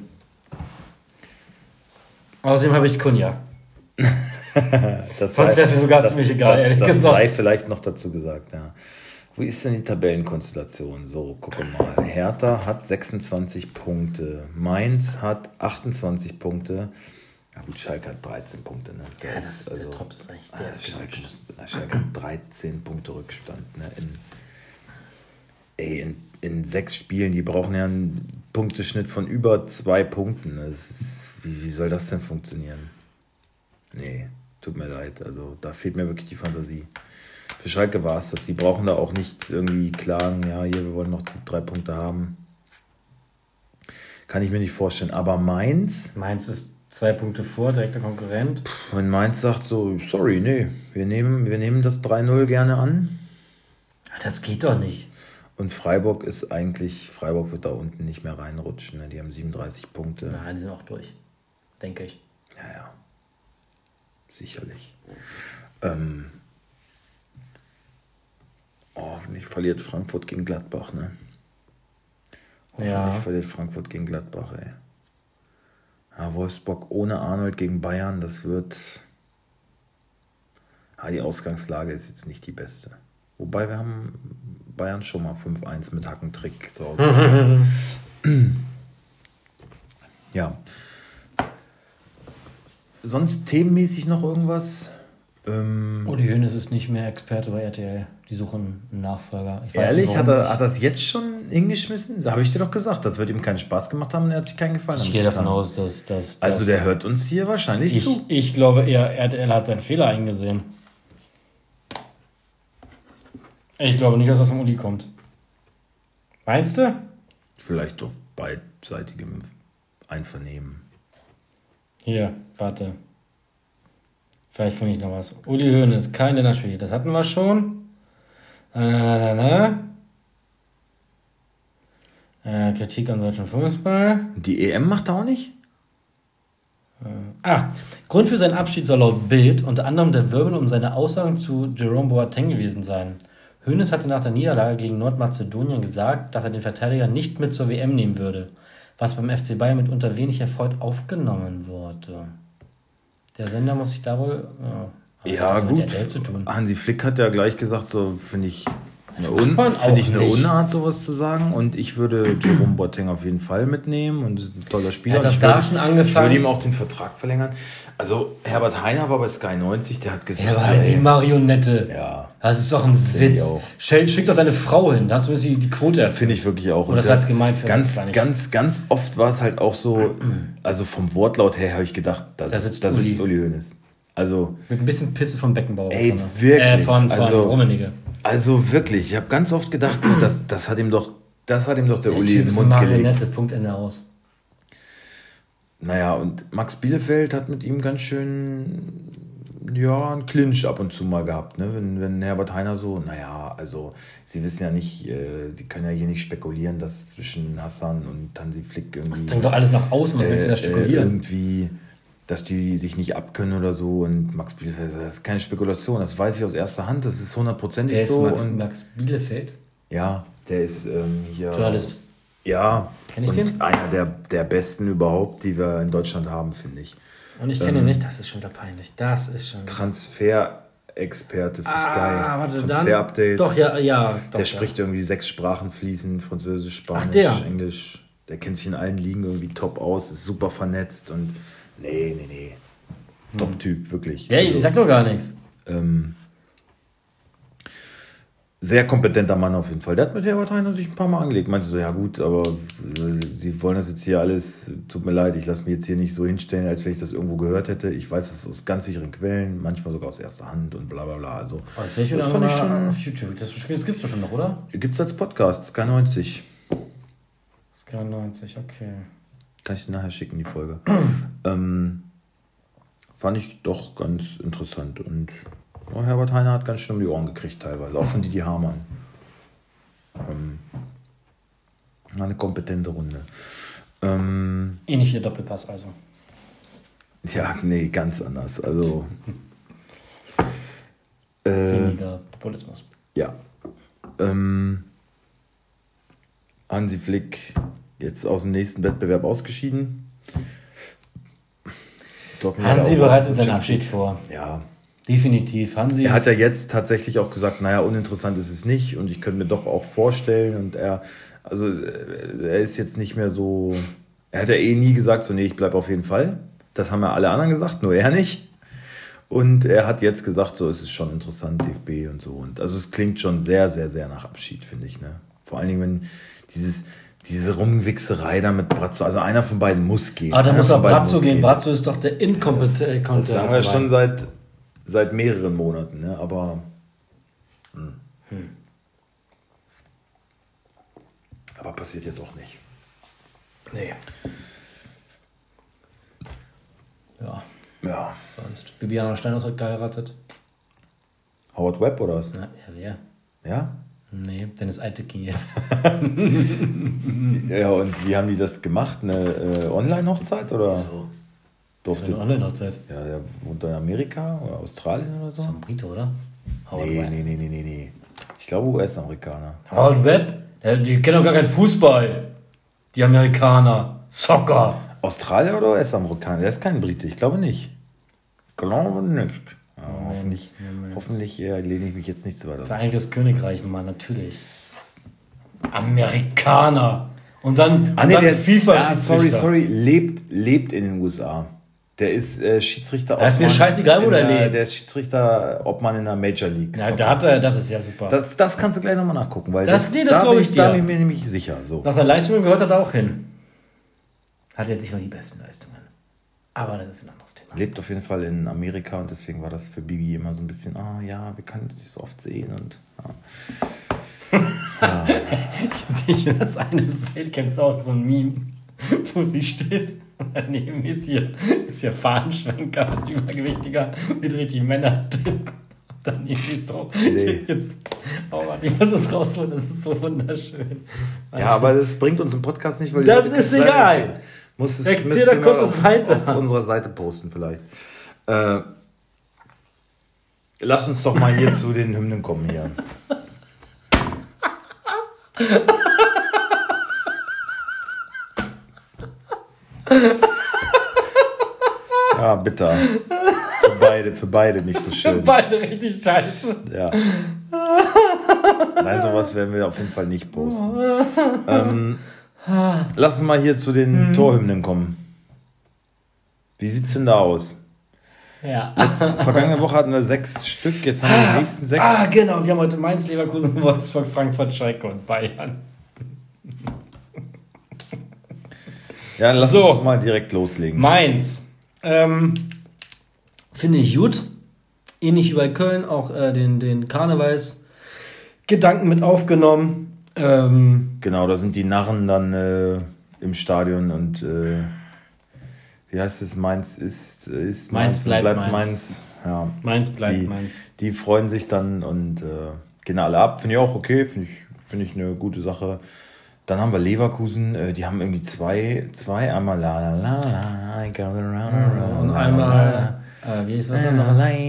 Außerdem habe ich Kunja. das Sonst wäre es mir sogar das, ziemlich egal, das, ehrlich das gesagt. Das sei vielleicht noch dazu gesagt, ja. Wo ist denn die Tabellenkonstellation? So, gucke mal. Hertha hat sechsundzwanzig Punkte. Mainz hat achtundzwanzig Punkte. Ja gut, Schalke hat dreizehn Punkte. Ne? Der ja, das ist also, der Tropf ist eigentlich. Der ist Schalke, muss, Schalke hat dreizehn Punkte Rückstand. Ne? In, ey, in, in sechs Spielen, die brauchen ja einen Punkteschnitt von über zwei Punkten. Das ist, wie, wie soll das denn funktionieren? Nee, tut mir leid. Also da fehlt mir wirklich die Fantasie. Für Schalke war es das. Die brauchen da auch nichts irgendwie klagen. Ja, hier, wir wollen noch drei Punkte haben. Kann ich mir nicht vorstellen. Aber Mainz... Mainz ist zwei Punkte vor, direkter Konkurrent. Wenn Mainz sagt so, sorry, nee, wir nehmen, wir nehmen das drei null gerne an. Das geht doch nicht. Und Freiburg ist eigentlich... Freiburg wird da unten nicht mehr reinrutschen. Ne? Die haben siebenunddreißig Punkte. Nein, die sind auch durch. Denke ich. Ja, ja. Sicherlich. Ähm... Oh, hoffentlich verliert Frankfurt gegen Gladbach, ne? Hoffentlich ja. verliert Frankfurt gegen Gladbach, ey. Ja, Wolfsburg ohne Arnold gegen Bayern, das wird... Ja, die Ausgangslage ist jetzt nicht die beste. Wobei wir haben Bayern schon mal fünf eins mit Hackentrick zu Hause. Ja. Sonst themenmäßig noch irgendwas? Ähm, Uli Hoeneß ist nicht mehr Experte bei R T L. Die suchen einen Nachfolger. Ich weiß ehrlich? nicht, hat er, hat er das jetzt schon hingeschmissen? Da habe ich dir doch gesagt, das wird ihm keinen Spaß gemacht haben und er hat sich keinen Gefallen Ich gehe davon aus, dass, dass... Also der hört uns hier wahrscheinlich ich, zu. Ich glaube eher, R T L hat seinen Fehler eingesehen. Ich glaube nicht, dass das von Uli kommt. Meinst du? Vielleicht auf beidseitigem Einvernehmen. Hier, warte. Vielleicht finde ich noch was. Uli Hoeneß, kein Länderspiel. Das hatten wir schon. Äh, ne? äh, Kritik an deutschem Fußball. Die E M macht er auch nicht? Äh, ah, Grund für seinen Abschied soll laut Bild unter anderem der Wirbel um seine Aussagen zu Jerome Boateng gewesen sein. Hoeneß hatte nach der Niederlage gegen Nordmazedonien gesagt, dass er den Verteidiger nicht mit zur W M nehmen würde, was beim F C Bayern mitunter wenig Erfolg aufgenommen wurde. Der Sender muss sich da wohl... Ja, ja gut, zu tun. Hansi Flick hat ja gleich gesagt, so finde ich, eine, Un- find ich eine Unart, sowas zu sagen. Und ich würde Jerome Boateng auf jeden Fall mitnehmen und ist ein toller Spieler. Er hat ich da würde, schon angefangen. Ich würde ihm auch den Vertrag verlängern. Also Herbert Heiner war bei Sky neunzig, der hat gesagt... Er war halt die Marionette. Ja. Das ist doch ein Witz. Schick, schick doch deine Frau hin, da hast du die, die Quote erfüllt. Finde ich wirklich auch. Und das war jetzt gemeint für ganz, ganz, ganz oft war es halt auch so, also vom Wortlaut her habe ich gedacht, da, da sitzt, da Uli. sitzt Uli Hoeneß. Also, mit ein bisschen Pisse von Beckenbauer. Ey, wirklich. Äh, von von also, Rummenigge. Also wirklich, ich habe ganz oft gedacht, so, das, das hat ihm doch, das hat ihm doch der, der Uli in den Mund Marionette, gelegt. Punkt, Ende aus. Naja, und Max Bielefeld hat mit ihm ganz schön ja, einen Clinch ab und zu mal gehabt, ne? Wenn, wenn Herbert Hainer so, naja, also sie wissen ja nicht, äh, sie können ja hier nicht spekulieren, dass zwischen Hassan und Hansi Flick irgendwie... Das klingt doch alles nach außen, was willst du da spekulieren? Äh, irgendwie, dass die sich nicht abkönnen oder so und Max Bielefeld, das ist keine Spekulation, das weiß ich aus erster Hand, das ist hundertprozentig Wer ist so. Max, und Max Bielefeld? Ja, der ist ähm, hier... Journalist. Ja, Kenn ich und den? einer der, der besten überhaupt, die wir in Deutschland haben, finde ich. Und ich kenne ihn nicht, das ist schon wieder peinlich. Das ist schon... Transferexperte für Ah, Sky. warte, dann- Transfer-Update. Doch, ja, ja. Doch, Der ja. spricht irgendwie sechs Sprachen fließend, Französisch, Spanisch, Ach, der. Englisch. Der kennt sich in allen Ligen irgendwie top aus, ist super vernetzt und nee, nee, nee. Top-Typ, wirklich. Ja, ich sag doch gar nichts. Ähm, sehr kompetenter Mann auf jeden Fall. Der hat mit Herbert Hainer sich ein paar Mal angelegt. Meinte so, ja gut, aber Sie wollen das jetzt hier alles, tut mir leid, ich lasse mich jetzt hier nicht so hinstellen, als wenn ich das irgendwo gehört hätte. Ich weiß es aus ganz sicheren Quellen, manchmal sogar aus erster Hand und bla bla bla. Also, Oh, das will ich mir das doch fand mal ich schon- auf YouTube. Das, das gibt's doch schon noch, oder? gibt's als Podcast, Sky neunzig. Sky neunzig, okay. Kann ich dir nachher schicken, die Folge. ähm, fand ich doch ganz interessant. Und oh, Herbert Hainer hat ganz schön um die Ohren gekriegt teilweise, auch von Didi Hamann. Ähm, war eine kompetente Runde. Ähm, Ähnlich wie der Doppelpass also. ja, nee, ganz anders. Also, äh, Weniger Populismus. ja. Ähm, Hansi Flick jetzt aus dem nächsten Wettbewerb ausgeschieden. Dortmund hat Hansi auch bereitet was- seinen Abschied vor. Ja, Definitiv. Hansi er hat ja ist- jetzt tatsächlich auch gesagt, naja, uninteressant ist es nicht und ich könnte mir doch auch vorstellen und er, also äh, er ist jetzt nicht mehr so, er hat ja eh nie gesagt, so nee, ich bleibe auf jeden Fall. Das haben ja alle anderen gesagt, nur er nicht. Und er hat jetzt gesagt, so es ist schon interessant, D F B und so. Und also es klingt schon sehr, sehr, sehr nach Abschied, finde ich. Ne? Vor allen Dingen, wenn dieses, diese Rumwichserei da mit Brazzo, also einer von beiden muss gehen. Ah, da Einer muss von auch beiden Brazzo muss gehen. Brazzo ist doch der inkompetente. Das sagen wir schon seit, seit mehreren Monaten, ne? Aber. Hm. Hm. Aber passiert ja doch nicht. Nee. Ja, Ja. sonst. Bibiana Steinhaus hat geheiratet. Howard Webb oder was? Na, ja, wer? Ja? Nee, Dennis Eitekin jetzt. Ja, und wie haben die das gemacht? Eine äh, Online-Hochzeit oder? So. Das Durfte, war eine Online-Hochzeit. ja, der wohnt da in Amerika oder Australien oder Das ist so? doch ein Brite, oder? Howard Nee, Webb. nee, nee, nee, nee, nee. Ich glaube U S-Amerikaner. Howard Webb? Ja, die kennen doch gar keinen Fußball. Die Amerikaner. Soccer. Australier oder U S-Amerikaner? Der ist kein Brite, ich glaube nicht. Glaube nicht. Ja, Moment, hoffentlich Moment. hoffentlich äh, lehne ich mich jetzt nicht zu weit aus. Vereinigtes Königreich, Mann, natürlich. Amerikaner. Und dann, Ah, und nee, dann der, FIFA ah, sorry, Schiedsrichter. sorry, lebt, lebt in den U S A. Der ist äh, Schiedsrichter. Ja, ist mir Obmann scheißegal, wo in der der, lebt. Der ist Schiedsrichter Obmann in der Major League. Ja, Soccer. da hat er, das ist ja super. das, das kannst du gleich nochmal nachgucken, weil Das- nee, das da glaub bin ich Da dir. bin ich mir nämlich sicher. So. Nach seinen Leistungen gehört er da auch hin. Hat jetzt nicht mal die besten Leistungen. Aber das ist ein anderes Thema. Lebt auf jeden Fall in Amerika und deswegen war das für Bibi immer so ein bisschen, ah ja, wir können uns nicht so oft sehen und ja. Ich das eine Bild kennst du auch, so ein Meme, wo sie steht und daneben ist hier, ist hier Fahnenschwenker als Übergewichtiger mit richtig Männerdick. Daneben ist so, Nee. jetzt, oh Mann, ich muss das rausholen, das ist so wunderschön. Ja, aber das bringt uns im Podcast nicht, weil die Das Leute ist können es egal. leider sehen. Muss es, Erzähl müsst doch ihr kurz mal was auf, weiter. auf unserer Seite posten vielleicht. Äh, lass uns doch mal hier zu den Hymnen kommen hier. Ja, bitter. Für beide, für beide nicht so schön. Beide richtig scheiße. Ja. Nein, sowas werden wir auf jeden Fall nicht posten. Ähm, lass uns mal hier zu den Mhm. Torhymnen kommen. Wie sieht's denn da aus? Ja. Vergangene Woche hatten wir sechs Stück, jetzt haben wir die nächsten sechs. Ah, genau, wir haben heute Mainz, Leverkusen, Wolfsburg, Frankfurt, Schalke und Bayern. Ja, dann lass So. uns doch mal direkt loslegen. Mainz. Ähm, finde ich gut. Ähnlich wie bei Köln auch äh, den, den Karnevalsgedanken mit aufgenommen. Ähm, Genau, da sind die Narren dann äh, im Stadion und äh, wie heißt es, Mainz ist, ist Mainz bleibt, bleibt Mainz. Mainz. Ja. Mainz bleibt die, Mainz. Die freuen sich dann und äh, gehen alle ab. Finde ich auch okay, finde ich, find ich eine gute Sache. Dann haben wir Leverkusen, äh, die haben irgendwie zwei, zwei einmal la la la la, I go around, around, und einmal, äh, wie ist das denn noch?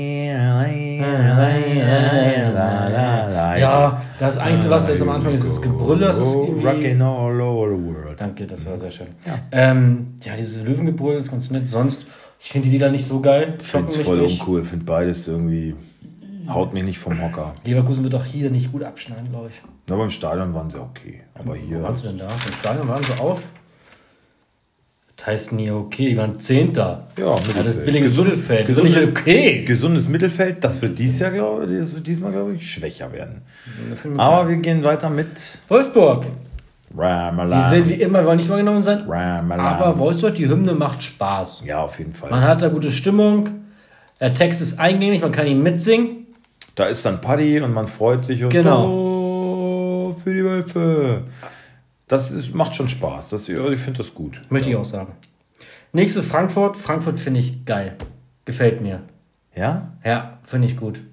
Ja, das Einzige, was da ist am Anfang, ist das Gebrülle, das ist irgendwie... Rockin' all over the world. Danke, das war sehr schön. Ja, ähm, ja dieses Löwengebrüll ist ganz nett, sonst, ich finde die Liga nicht so geil. Ich finde es voll uncool, finde beides irgendwie, haut mich nicht vom Hocker. Leverkusen wird auch hier nicht gut abschneiden, glaube ich. Ja, beim Stadion waren sie okay, aber hier... Wo waren sie denn da? Im Stadion waren sie auf... Das heißt nie okay, die waren Zehnter. Ja, Mittelfeld. Ja, das billige Gesund, Mittelfeld. Das ist nicht okay. Gesundes Mittelfeld, das wird, dies Jahr, glaub, das wird diesmal, glaube ich, schwächer werden. Aber wir gehen weiter mit Wolfsburg. Ramalan. Die sind wie immer, wollen nicht wahrgenommen sein. Ramalan. Aber Wolfsburg, die Hymne macht Spaß. Ja, auf jeden Fall. Man hat da gute Stimmung. Der Text ist eingängig, man kann ihn mitsingen. Da ist dann Paddy und man freut sich und genau. Oh, für die Wölfe. Das ist, macht schon Spaß. Das, ich finde das gut. Möchte ja. ich auch sagen. Nächste Frankfurt. Frankfurt finde ich geil. Gefällt mir. Ja? Ja, finde ich gut.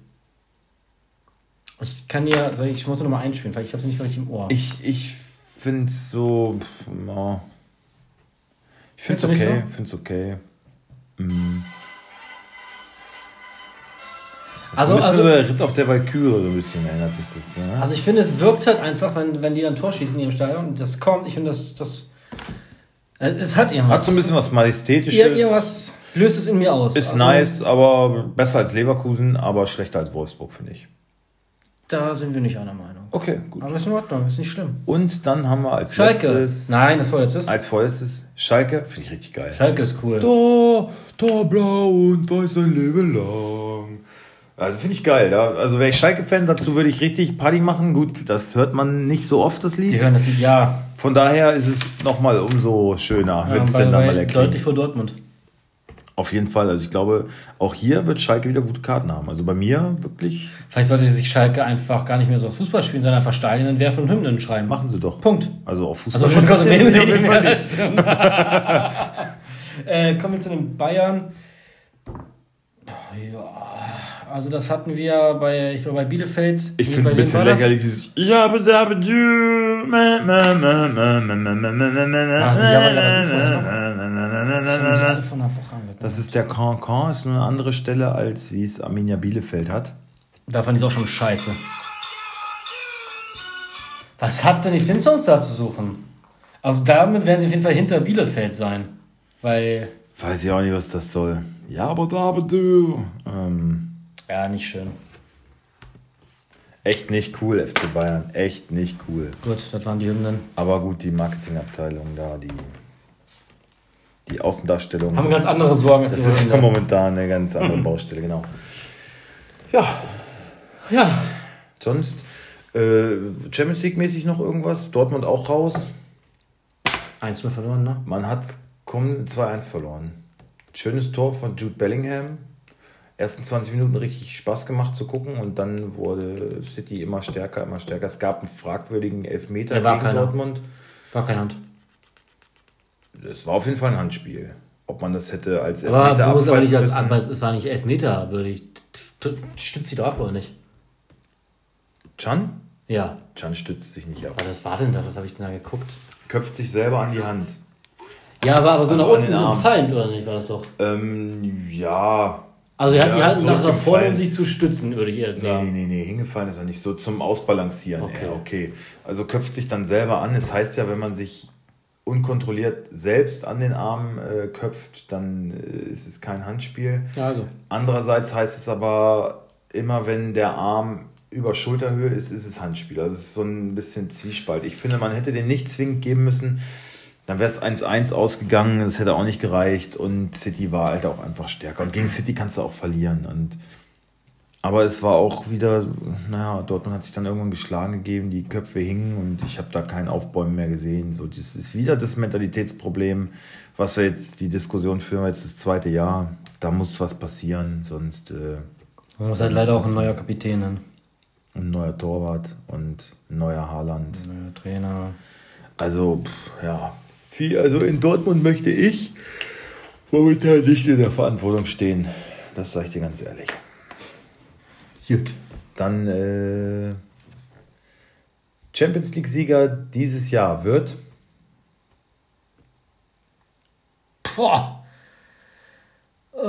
Ich kann dir, also ich muss noch mal einspielen, weil ich habe es nicht richtig im Ohr. Ich, ich finde es so... Oh. Ich finde es okay. Ich finde es okay. Mhm. Also, so also der Ritt auf der Walküre, so ein bisschen erinnert mich das. Ne? Also ich finde, es wirkt halt einfach, wenn, wenn die dann Tor schießen in ihrem Stadion und das kommt, ich finde, das, das es hat irgendwas. Hat so ein bisschen was Majestätisches. Ir- irgendwas löst es in mir aus. Ist also, nice, aber besser als Leverkusen, aber schlechter als Wolfsburg, finde ich. Da sind wir nicht einer Meinung. Okay, gut. Aber ist in Ordnung, ist nicht schlimm. Und dann haben wir als Schalke. letztes... Nein, das vorletztes. Als vorletztes Schalke, finde ich richtig geil. Schalke ist cool. Tor, Tor blau und weiß ein Leben lang. Also finde ich geil. Da, also wäre ich Schalke-Fan, dazu würde ich richtig Party machen. Gut, das hört man nicht so oft, das Lied. Die hören das Lied, ja. Von daher ist es nochmal umso schöner, ja wenn es denn dann mal erklärt. Deutlich vor Dortmund. Auf jeden Fall. Also ich glaube, auch hier wird Schalke wieder gute Karten haben. Also bei mir wirklich... Vielleicht sollte sich Schalke einfach gar nicht mehr so auf Fußball spielen, sondern einfach Stadien entwerfen und Hymnen schreiben. Machen sie doch. Punkt. Also auf Fußball. Also schon sie auf jeden Fall nicht. äh, kommen wir zu den Bayern. Ja, also das hatten wir bei, ich glaube bei Bielefeld. Ich finde ein bisschen lächerlich dieses Ja, aber da aber du. Das ist der Cancan, ist nur eine andere Stelle, als wie es Arminia Bielefeld hat. Da fand ich es auch schon scheiße. Was hat denn die Flintstones da zu suchen? Also damit werden sie auf jeden Fall hinter Bielefeld sein. Weil... Weiß ich auch nicht, was das soll. Ja, aber da aber du. Ähm, ja, nicht schön. Echt nicht cool, F C Bayern. Echt nicht cool. Gut, das waren die Hymnen. Aber gut, die Marketingabteilung da, die, die Außendarstellung. Haben ganz andere Sorgen als das die ist Hymnen. Momentan eine ganz andere Baustelle, genau. Ja. Ja. Sonst äh, Champions League-mäßig noch irgendwas? Dortmund auch raus. eins null verloren, ne? Man hat zwei eins verloren. Schönes Tor von Jude Bellingham. Ersten zwanzig Minuten richtig Spaß gemacht zu gucken und dann wurde City immer stärker, immer stärker. Es gab einen fragwürdigen Elfmeter ja, war gegen keiner. Dortmund. War keine Hand. Es war auf jeden Fall ein Handspiel. Ob man das hätte als Elfmeter aber, aber, nicht als, müssen. aber es war nicht Elfmeter, würde ich. Stützt sie doch ab, oder nicht? Can? Ja. Can stützt sich nicht ab. Was war denn das? Was habe ich denn da geguckt? Köpft sich selber an die Hand. Ja, aber, aber so also nach unten fallend, oder nicht, war das doch? Ähm, ja. Also er hat ja, die Hand so nach vorne, um sich zu stützen, würde ich jetzt sagen. Nee, nee, nee, nee, hingefallen ist er nicht. So zum Ausbalancieren. Okay. Eher. Okay. Also köpft sich dann selber an. Es heißt ja, wenn man sich unkontrolliert selbst an den Arm äh, köpft, dann äh, ist es kein Handspiel. Ja, also. Andererseits heißt es aber, immer wenn der Arm über Schulterhöhe ist, ist es Handspiel. Also es ist so ein bisschen Zwiespalt. Ich finde, man hätte den nicht zwingend geben müssen. Dann wäre es eins eins ausgegangen, das hätte auch nicht gereicht und City war halt auch einfach stärker. Und gegen City kannst du auch verlieren. Und aber es war auch wieder, naja, Dortmund hat sich dann irgendwann geschlagen gegeben, die Köpfe hingen und ich habe da kein Aufbäumen mehr gesehen. So, das ist wieder das Mentalitätsproblem, was wir jetzt, die Diskussion führen, jetzt das zweite Jahr. Da muss was passieren, sonst... Äh, Man muss halt leider auch ein neuer Kapitän dann. Ein neuer Torwart und ein neuer Haaland. Ein neuer Trainer. Also, pff, ja... Also in Dortmund möchte ich momentan nicht in der Verantwortung stehen. Das sage ich dir ganz ehrlich. Gut. Dann äh, Champions League-Sieger dieses Jahr wird. Boah. Äh,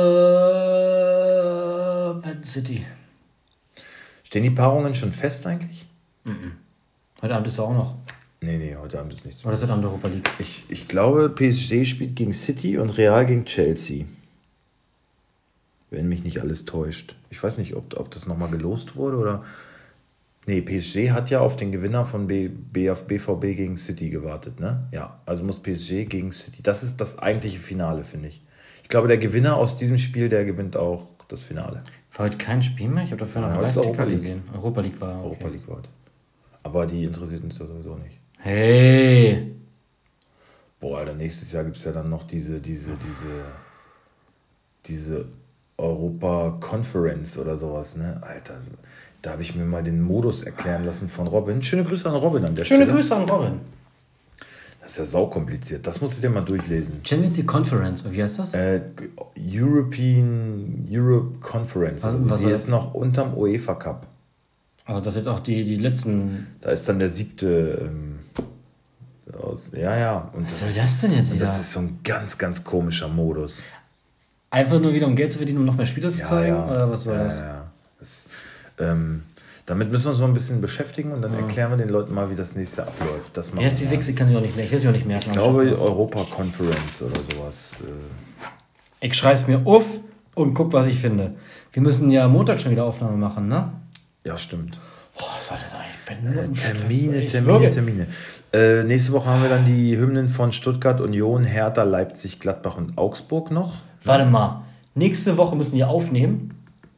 Man City. Stehen die Paarungen schon fest eigentlich? Mhm. Heute Abend ist er auch noch. Nee, nee, heute Abend ist nichts mehr. Oder ist das an der Europa League? Ich, ich glaube, P S G spielt gegen City und Real gegen Chelsea. Wenn mich nicht alles täuscht. Ich weiß nicht, ob, ob das nochmal gelost wurde oder... Nee, P S G hat ja auf den Gewinner von B, B, B V B gegen City gewartet, ne? Ja, also muss P S G gegen City. Das ist das eigentliche Finale, finde ich. Ich glaube, der Gewinner aus diesem Spiel, der gewinnt auch das Finale. War heute kein Spiel mehr? Ich habe dafür noch ja, live Europa League gesehen. Europa League war okay. Europa League war heute. Aber die interessiert uns ja sowieso nicht. Hey! Boah, Alter, nächstes Jahr gibt es ja dann noch diese, diese, diese, diese Europa Conference oder sowas, ne? Alter, da habe ich mir mal den Modus erklären lassen von Robin. Schöne Grüße an Robin an der Schöne Stelle. Grüße an Robin. Das ist ja saukompliziert. Das musst du dir mal durchlesen. Champions League Conference, wie heißt das? Äh, European Europe Conference. Was, also was die heißt? ist noch unterm UEFA Cup. Also das jetzt auch die, die letzten... Da ist dann der siebte... Ähm, aus, ja, ja. Und was soll das denn jetzt wieder? Das ist so ein ganz, ganz komischer Modus. Einfach nur wieder um Geld zu verdienen, um noch mehr Spieler zu Ja, zeigen? ja. Oder was war ja, das? Ja. das ähm, damit müssen wir uns mal ein bisschen beschäftigen und dann ja. erklären wir den Leuten mal, wie das nächste abläuft. Das Wer ist die Wix? Ich kann sie auch nicht mehr. Ich will sie auch nicht merken. Ich glaube, Europa Conference oder sowas. Äh. Ich schreibe es mir auf und guck, was ich finde. Wir müssen ja Montag schon wieder Aufnahme machen, ne? Ja, stimmt. Boah, warte da, ich bin nur äh, Termine, Termine, Termine. Äh, nächste Woche haben wir dann die Hymnen von Stuttgart, Union, Hertha, Leipzig, Gladbach und Augsburg noch. Warte mal. Nächste Woche müssen wir aufnehmen.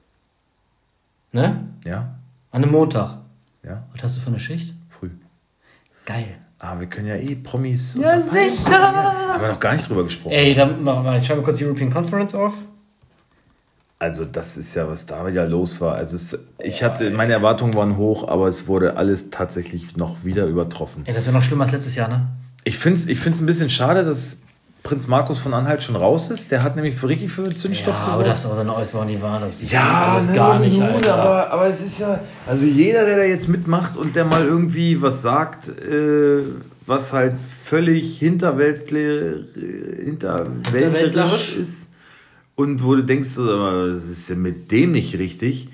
Ne? Ja. An einem Montag. Ja. Was hast du für eine Schicht? Früh. Geil. Ah, wir können ja eh Promis... Ja, sicher! Haben wir noch gar nicht drüber gesprochen. Ey, dann machen wir, ich schreibe mal kurz die European Conference auf. Also das ist ja, was da wieder los war. Also es, ich hatte, meine Erwartungen waren hoch, aber es wurde alles tatsächlich noch wieder übertroffen. Ey, das wäre noch schlimmer als letztes Jahr, ne? Ich finde es ich find's ein bisschen schade, dass Prinz Markus von Anhalt schon raus ist. Der hat nämlich für richtig für Zündstoff ja, gesorgt. aber das ist auch seine Äußerungen, die waren das ja, alles ne, gar nicht, nun, Alter. Aber, aber es ist ja, also jeder, der da jetzt mitmacht und der mal irgendwie was sagt, äh, was halt völlig hinterweltler, hinterwäldlerisch ist und wo du denkst, so, das ist ja mit dem nicht richtig,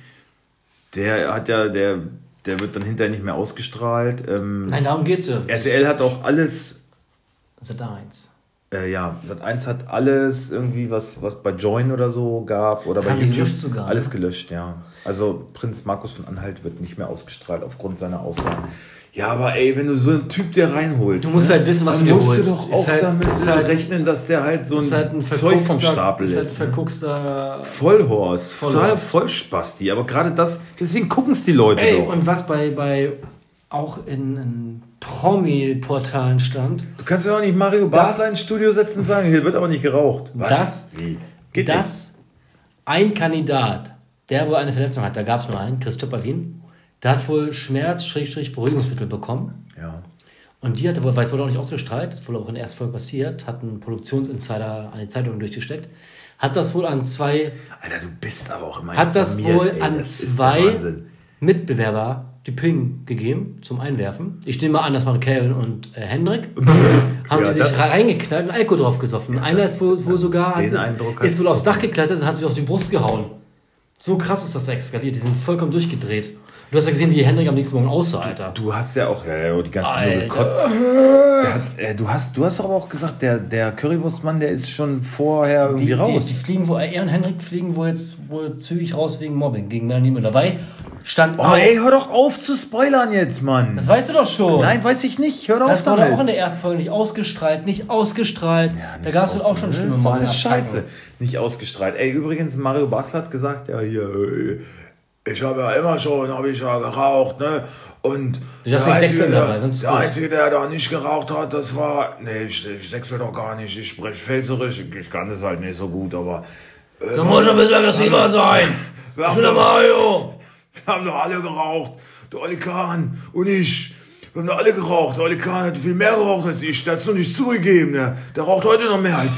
der hat ja, der, der wird dann hinterher nicht mehr ausgestrahlt. Ähm, Nein, darum geht's ja. R T L hat auch alles... Sat eins. Äh, ja, Sat eins hat alles irgendwie, was, was bei Join oder so gab oder Haben bei die YouTube. gelöscht sogar, alles ne? gelöscht, ja. Also Prinz Markus von Anhalt wird nicht mehr ausgestrahlt aufgrund seiner Aussagen. Ja, aber ey, wenn du so einen Typ dir reinholst, du musst ne, halt wissen, was dann du dir musst holst. du doch Ist auch halt- damit ist halt- rechnen, dass der halt so ein, Ist halt ein Zeug vom verguckster- Stapel ist halt lässt. ein Ne? verguckster... Vollhorst, Vollhorst. total Vollspasti. Aber gerade das, deswegen gucken es die Leute Ey, doch. und was bei, bei auch in, in Promi-Portalen stand, Du kannst ja auch nicht Mario Basler ins Studio setzen und sagen, hier wird aber nicht geraucht. Was? Das- Wie? Geht dass ein Kandidat, der wohl eine Verletzung hat, da gab es nur einen, Christopher Wien, der hat wohl Schmerz-Beruhigungsmittel bekommen. nicht. Ja. Und die hatte wohl, weil es wurde auch nicht ausgestrahlt, das ist wohl auch in der ersten Folge passiert, hat ein Produktionsinsider an die Zeitung durchgesteckt, hat das wohl an zwei, Alter, du bist aber auch immer hat das informiert, wohl ey, an das ist zwei der Wahnsinn. Mitbewerber die Ping gegeben zum Einwerfen. Ich nehme mal an, das waren Kevin und äh, Hendrik. Haben Ja, die sich das- reingeknallt und Alkohol drauf gesoffen. Und einer ist wohl, wohl sogar hat den es, Eindruck ist wohl hat's aufs Dach geklettert und hat sich auf die Brust gehauen. So krass ist das da eskaliert. Die sind vollkommen durchgedreht. Du hast ja gesehen, wie Hendrik am nächsten Morgen aussah, Alter. Du hast ja auch ja, ja, die ganze Alter. Nur gekotzt. Der hat, äh, du, hast, du hast doch aber auch gesagt, der, der Currywurstmann, der ist schon vorher irgendwie Die, die, raus. die fliegen wohl, er und Hendrik fliegen wohl jetzt wohl zügig raus wegen Mobbing gegen Melanie Müller. Weil stand oh, auch, ey, hör doch auf zu spoilern jetzt, Mann. das weißt du doch schon. Nein, weiß ich nicht. Hör doch Das auf wurde damit. auch in der ersten Folge nicht ausgestrahlt, nicht ausgestrahlt. Ja, da nicht gab es wohl auch aus- schon das schlimme ist doch Mobbing. alles Scheiße. Nicht ausgestrahlt. Ey, übrigens, Mario Basler hat gesagt, ja, hier, äh, ich habe ja immer schon, habe ich ja geraucht, ne? Und Du darfst der nicht Einzige, sechseln der, dabei, sonst der gut. Einzige, der da nicht geraucht hat, das war, nee, ich, ich sechsel doch gar nicht, ich spreche Pfälzerisch, ich kann das halt nicht so gut, aber äh, Da muss ein bisschen aggressiver sein. wir Ich haben bin der doch- Mario. wir haben doch alle geraucht, der Oli Kahn und ich. Wir haben doch alle geraucht. Der Oli Kahn hat viel mehr geraucht als ich. Der hat es noch nicht zugegeben. Der, der raucht heute noch mehr als ich.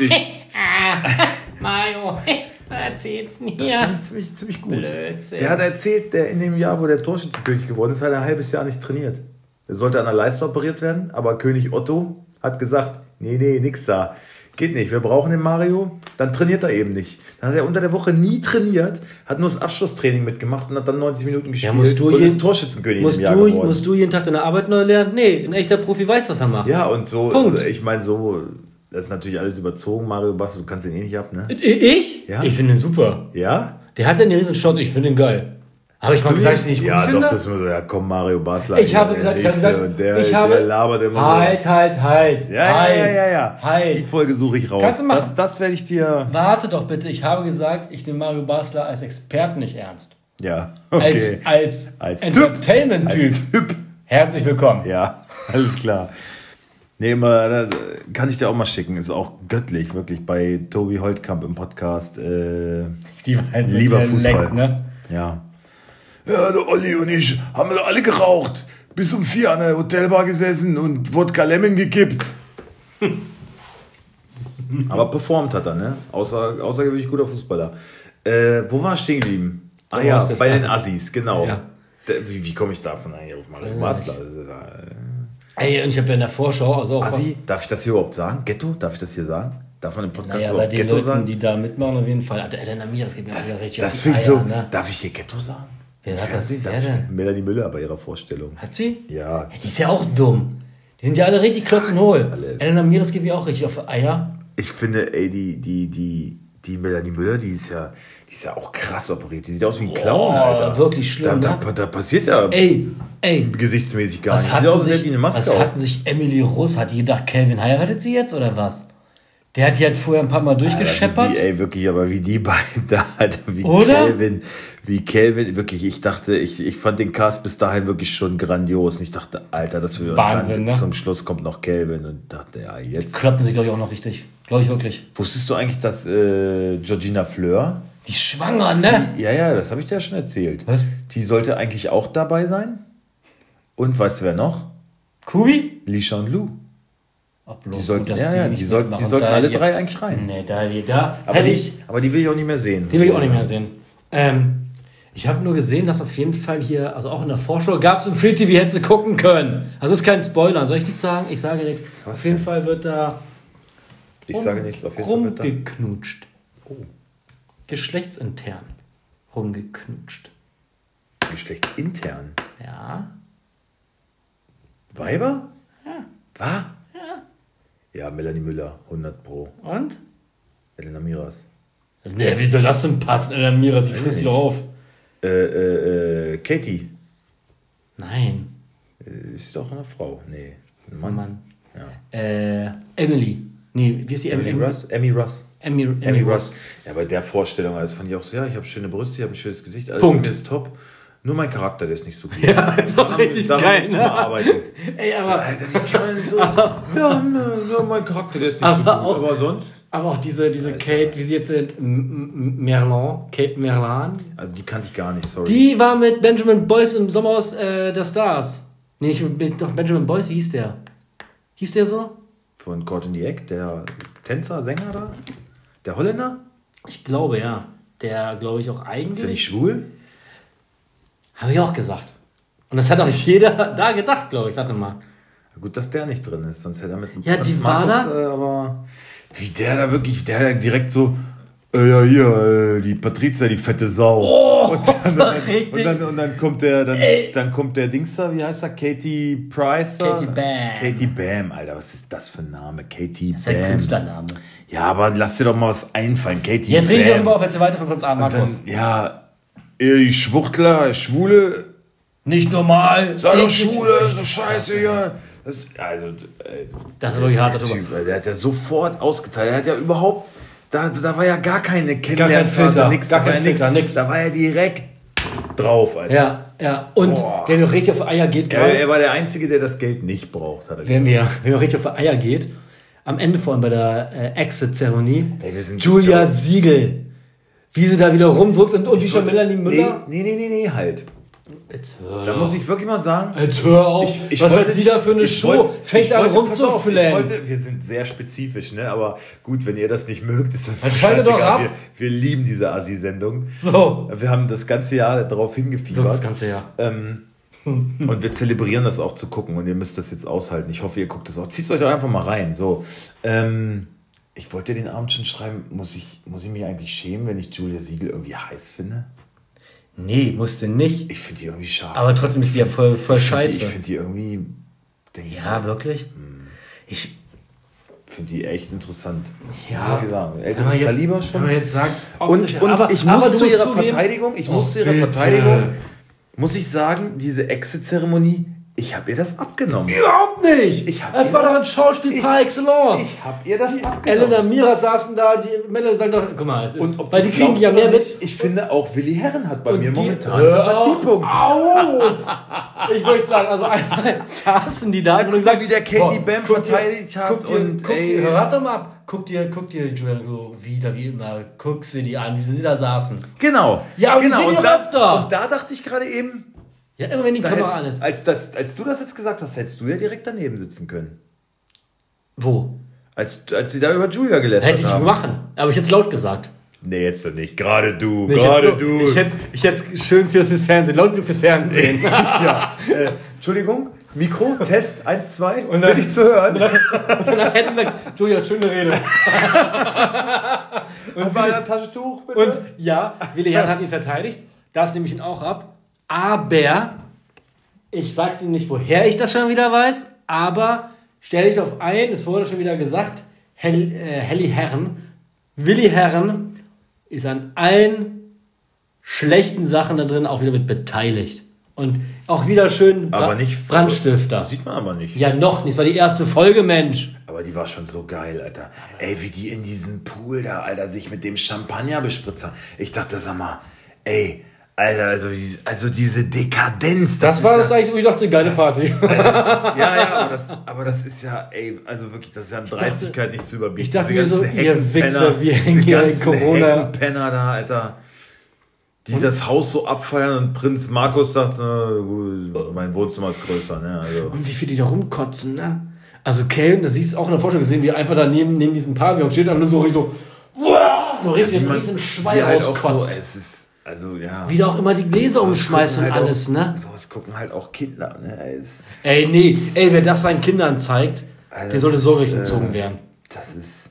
Mario, erzähl's nicht. Das fand ich ziemlich, ziemlich gut. Blödsinn. Der hat erzählt, der in dem Jahr, wo der Torschützenkönig geworden ist, hat er ein halbes Jahr nicht trainiert. Er sollte an der Leiste operiert werden, aber König Otto hat gesagt, nee, nee, nix da. Geht nicht, wir brauchen den Mario. Dann trainiert er eben nicht. Dann hat er unter der Woche nie trainiert, hat nur das Abschlusstraining mitgemacht und hat dann neunzig Minuten gespielt. Ja, musst du und jeden, ist Torschützenkönig musst im Jahr du, geworden. musst du jeden Tag deine Arbeit neu lernen? Nee, ein echter Profi weiß, was er macht. Ja, und so, Punkt. also ich meine, so, das ist natürlich alles überzogen, Mario Basler, du kannst den eh nicht ab, ne? Ich? Ja. Ich finde ihn super. Ja? Der hat ja eine riesen Chance, ich finde ihn geil. Habe ich mal gesagt, dass ich ihn nicht gut ja, finde? doch, das ist nur so, ja komm, Mario Basler. Ich habe der gesagt, ich habe Nächste gesagt, und der, ich habe, der labert immer halt, halt, halt, so. Ja, halt, ja, ja, ja, ja. halt. Die Folge suche ich raus. Kannst du machen. Das, das werde ich dir... Warte doch bitte, ich habe gesagt, ich nehme Mario Basler als Experten nicht ernst. Ja, okay. Als, als, Als Entertainment-Typ. Als Typ. Herzlich willkommen. Ja, alles klar. Nee, mal, das kann ich dir auch mal schicken. Ist auch göttlich, wirklich. Bei Tobi Holtkamp im Podcast. Äh, Die beiden sind lieber ja Fußball. leck, ne? Ja. Ja, der Olli und ich haben da alle geraucht. Bis um vier an der Hotelbar gesessen und Wodka Lemon gekippt. Aber performt hat er, ne? Außer, außergewöhnlich guter Fußballer. Äh, wo war er stehen geblieben? So ah ja, was das bei den heißt. Assis, genau. Ja. Der, wie wie komme ich davon eigentlich auf Mario Basler? Das ist, äh, Ey, und ich habe ja in der Vorschau, also auch Assi, darf ich das hier überhaupt sagen? Ghetto? Darf ich das hier sagen? Darf man im was, Podcast naja, bei überhaupt den Ghetto Leuten, sagen? die da mitmachen, auf jeden Fall. Alter, Elena Mir, das geht mir auch wieder richtig Das auf die finde ich Eier, so. ne? Darf ich hier Ghetto sagen? Wer hat das? Fernsehen? Wer Darf ich- denn? Melanie Müller bei ihrer Vorstellung. Hat sie? Ja. Ja, die ist ja auch dumm. Die sind ja alle richtig klotzenhohl. alle- Elena Miras geht mir auch richtig auf die Eier. Ich finde, ey, die, die, die, die Melanie Müller, die ist ja, die ist ja auch krass operiert. Die sieht aus wie ein Clown, Alter. wirklich schlimm, Da, ne? da, da passiert ja Ey, ey. gesichtsmäßig gar Was nicht. Sieht aus, hatten, als hätte die sich, eine Maske was auf. hatten sich Emily Russ? Hat die gedacht, Calvin heiratet sie jetzt oder was? Der hat die halt vorher ein paar Mal Alter, durchgescheppert. wie die, ey, wirklich, aber wie die beiden da, Alter, wie Oder? Calvin, wie Calvin, wirklich, ich dachte, ich, ich fand den Cast bis dahin wirklich schon grandios. Und ich dachte, Alter, das wir Wahnsinn, dann ne? zum Schluss kommt noch Calvin und dachte, ja, jetzt. Kloppen sie, glaube ich, auch noch richtig. Glaube ich wirklich. Wusstest du eigentlich, dass äh, Georgina Fleur, Die ist schwanger, ne? ja, ja, das habe ich dir ja schon erzählt. Was? Die sollte eigentlich auch dabei sein. Und weißt du wer noch? Kubi? Li Shan-Lu. Oh, bloß Die sollten, gut, dass ja, ja, nicht die sollten, die mitmachen. sollten Da alle die- drei eigentlich rein. Nee, da, die, da Aber hätte die, ich... aber die will ich auch nicht mehr sehen. Die will ich auch nicht mehr sehen. Ähm, ich habe nur gesehen, dass auf jeden Fall hier, also auch in der Vorschau, gab es ein Free T V, hätte sie gucken können. Also ist kein Spoiler. Soll ich nicht sagen? Ich sage nichts. Was auf jeden denn? Fall wird da Ich sage nichts, auf jeden Fall wird da. rumgeknutscht. Oh. Geschlechtsintern rumgeknutscht. Geschlechtsintern. Ja. Weiber? Ja. Was? Ja. Ja, Melanie Müller, hundert Pro. Und? Elena Miras. Ne, wie soll das denn passen, Elena Mira? Sie frisst sie doch auf. Äh, äh, äh, Katie. Nein. Äh, Ist doch eine Frau. Nee. Ein Mann. Mann. Mann. Ja. Äh, Emily. Nee, wie ist die? Emily Emily Russ? Emmy Russ. Emmy, Emily, Emmy Russ. Russ. Ja, bei der Vorstellung, also fand ich auch so, ja, ich habe schöne Brüste, ich habe ein schönes Gesicht, alles Punkt. bei mir ist top. Nur mein Charakter, der ist nicht so gut. Ja, ist auch richtig Daran geil, muss ich ne? mal arbeiten. Ey, aber, Alter, wie kann man so... ja, nur mein Charakter, der ist nicht so gut. Aber auch- Aber sonst... aber auch diese, diese Kate, wie sie jetzt nennt, M- M- Merlin, Kate Merlan, Also die kannte ich gar nicht, sorry. die war mit Benjamin Boyce im Sommerhaus äh, der Stars. Nee, nicht mit, mit, doch Benjamin Boyce, wie hieß der? Hieß der so? Von Caught in the Egg, der Tänzer, Sänger da? Der Holländer? Ich glaube, ja. Der, glaube ich, auch Ist er eigentlich. nicht schwul? Habe ich auch gesagt. Und das hat auch jeder da gedacht, glaube ich. Warte mal. Gut, dass der nicht drin ist, sonst hätte er mit dem Ja, Prinz die war Markus, Äh, aber wie der da wirklich, der da direkt so, äh, ja hier, äh, die Patrizia, die fette Sau. Oh, und, dann, dann, richtig. und, dann, und dann kommt der, dann, Ey. dann kommt der Dings da, wie heißt er? Katie Price? da? Katie Bam. Katie Bam, Alter, was ist das für ein Name? Katie Das ist ein Bam. Künstlername. Ja, aber lass dir doch mal was einfallen, Katie Jetzt Bam. rede ich auch immer auf, jetzt weiter von Prinz Und Markus. dann, ja, ihr Schwuchtler, Schwule, Nicht normal. sei doch Ich- Schwule, so scheiße, ja. Das, also, äh, Das ist wirklich hart der darüber. Typ, Alter, der hat ja sofort ausgeteilt. Er hat ja überhaupt, da, also, da war ja gar keine kein Kennenlernphase, Filter, nix, gar da war kein ja Filter, nix. Da war er direkt drauf, Alter. Ja, ja. Und Boah. wer mir richtig auf die Eier geht, Er, gerade, er war der Einzige, der das Geld nicht braucht, hat er wer mir, wer mir richtig auf die Eier geht, am Ende vor allem bei der äh, Exit-Zeremonie, Ey, wir sind- Julia ich glaub- Siegel. Wie sie da wieder rumdruckt und, und wie schon Melanie Nee, Müller. nee, nee, nee, nee, halt. Jetzt hör Da doch. muss ich wirklich mal sagen, Jetzt hör auf. Ich, ich Was wollte hat die nicht- da für eine ich Show? wollte- Fängt ich an wollte- pass auf, ich rumzuflennen. wollte- Wir sind sehr spezifisch, ne? Aber gut, wenn ihr das nicht mögt, ist das Dann schaltet doch scheißegal. ab. Wir, wir lieben diese Assi-Sendung. So. Wir haben das ganze Jahr darauf hingefiebert. Das ganze Jahr. Ähm, und wir zelebrieren das auch zu gucken und ihr müsst das jetzt aushalten. Ich hoffe, ihr guckt das auch. Zieht euch doch einfach mal rein. So, ähm, ich wollte dir den Abend schon schreiben, muss ich, muss ich mich eigentlich schämen, wenn ich Julia Siegel irgendwie heiß finde? Nee, musste nicht. Ich finde die irgendwie scharf. Aber trotzdem ist die ja voll, voll ich find die- scheiße. Ich finde die irgendwie, denke ich, Ja, so, wirklich? Ich, finde die echt interessant. ja. Muss ich sagen. Wenn Älteres man jetzt, Kaliber wenn schon. man jetzt sagt, Und, optisch- und aber, ich aber muss du zu musst ihrer zugeben, Verteidigung, ich muss Oh, zu ihrer bitte. Verteidigung, muss ich sagen, diese Exit-Zeremonie, ich habe ihr das abgenommen. Überhaupt nicht! Ich hab das ihr war das- doch ein Schauspiel par excellence. Ich habe ihr das abgenommen. Elena Mira saßen da, die Männer sagen doch, guck mal, es ist, Und ob weil du's die kriegen glaubst ja oder mehr mit. nicht, ich finde auch Willi Herren hat bei Und mir die- momentan Hör Sympathiepunkt. auf! Ich möchte sagen, also einmal saßen die da und guck gesagt, mal, wie der Katie Bam guck dir- verteidigt hat Guck dir, und, guck ey. dir, hör doch mal ab. Guck dir, guck dir Julian so wieder wie immer, guck sie die an, wie sie da saßen. Genau. Ja, aber die genau. sehen und, wir da, öfter. und da dachte ich gerade eben, Ja, immer wenn die da Kamera hättest- an ist. als, als, als du das jetzt gesagt hast, hättest du ja direkt daneben sitzen können. Wo? Als, als sie da über Julia gelästert Hätte ich haben. machen. Aber ich hätte es laut gesagt. Nee, jetzt nicht. Gerade du, Ich hätte gerade so, du. Ich hätte ich hätte schön fürs, fürs Fernsehen, laut fürs Fernsehen. ja. äh, Entschuldigung, Mikro, Test, eins, zwei. Und dann- Bin ich zu hören? Und dann hätten sie gesagt, Julia, schöne Rede. Und war ein Taschentuch, bitte? Und ja, Willi Herren hat ihn verteidigt. Das nehme ich ihn auch ab. Aber ich sage dir nicht, woher ich das schon wieder weiß. Aber stell dich auf ein, es wurde schon wieder gesagt, Hel, äh, Helly Herren, Willi Herren ist an allen schlechten Sachen da drin auch wieder mit beteiligt. Und auch wieder schön Bra Aber nicht- Brandstifter. Sieht man aber nicht. Ja, noch nicht. Es war die erste Folge, Mensch. Aber die war schon so geil, Alter. Ey, wie die in diesem Pool da, Alter, sich mit dem Champagner bespritzt haben. Ich dachte, sag mal, ey, Alter, also, die- also diese Dekadenz. Das, war ist das ja, eigentlich, wo ich dachte, geile Party. Ja, ja, aber das, aber das ist ja, ey, also wirklich, das ist ja an Dreistigkeit nicht zu überbieten. ich dachte Diese mir so, ganzen ihr Heckenpenner, Wichser, wir hängen diese hier in ganzen Corona. Heckenpenner da, Alter. Die das Haus so abfeiern und Prinz Markus sagt, äh, gut, mein Wohnzimmer ist größer, ne? Also. Und wie viel die da rumkotzen, ne? Also Kevin, das siehst du auch in der Vorstellung gesehen, wie er einfach da neben, neben diesem Pavillon steht und nur so richtig so, so richtig einen riesen Schwein wie halt auch rauskotzt. so, es ist, also ja. Wie der auch immer die Gläser Sowas umschmeißt und gucken halt alles, auch, ne? Sowas gucken halt auch Kinder, ne? Es, Ey, nee, ey, wer das seinen Kindern zeigt, Also der sollte das so ist, richtig gezogen äh, werden. das ist.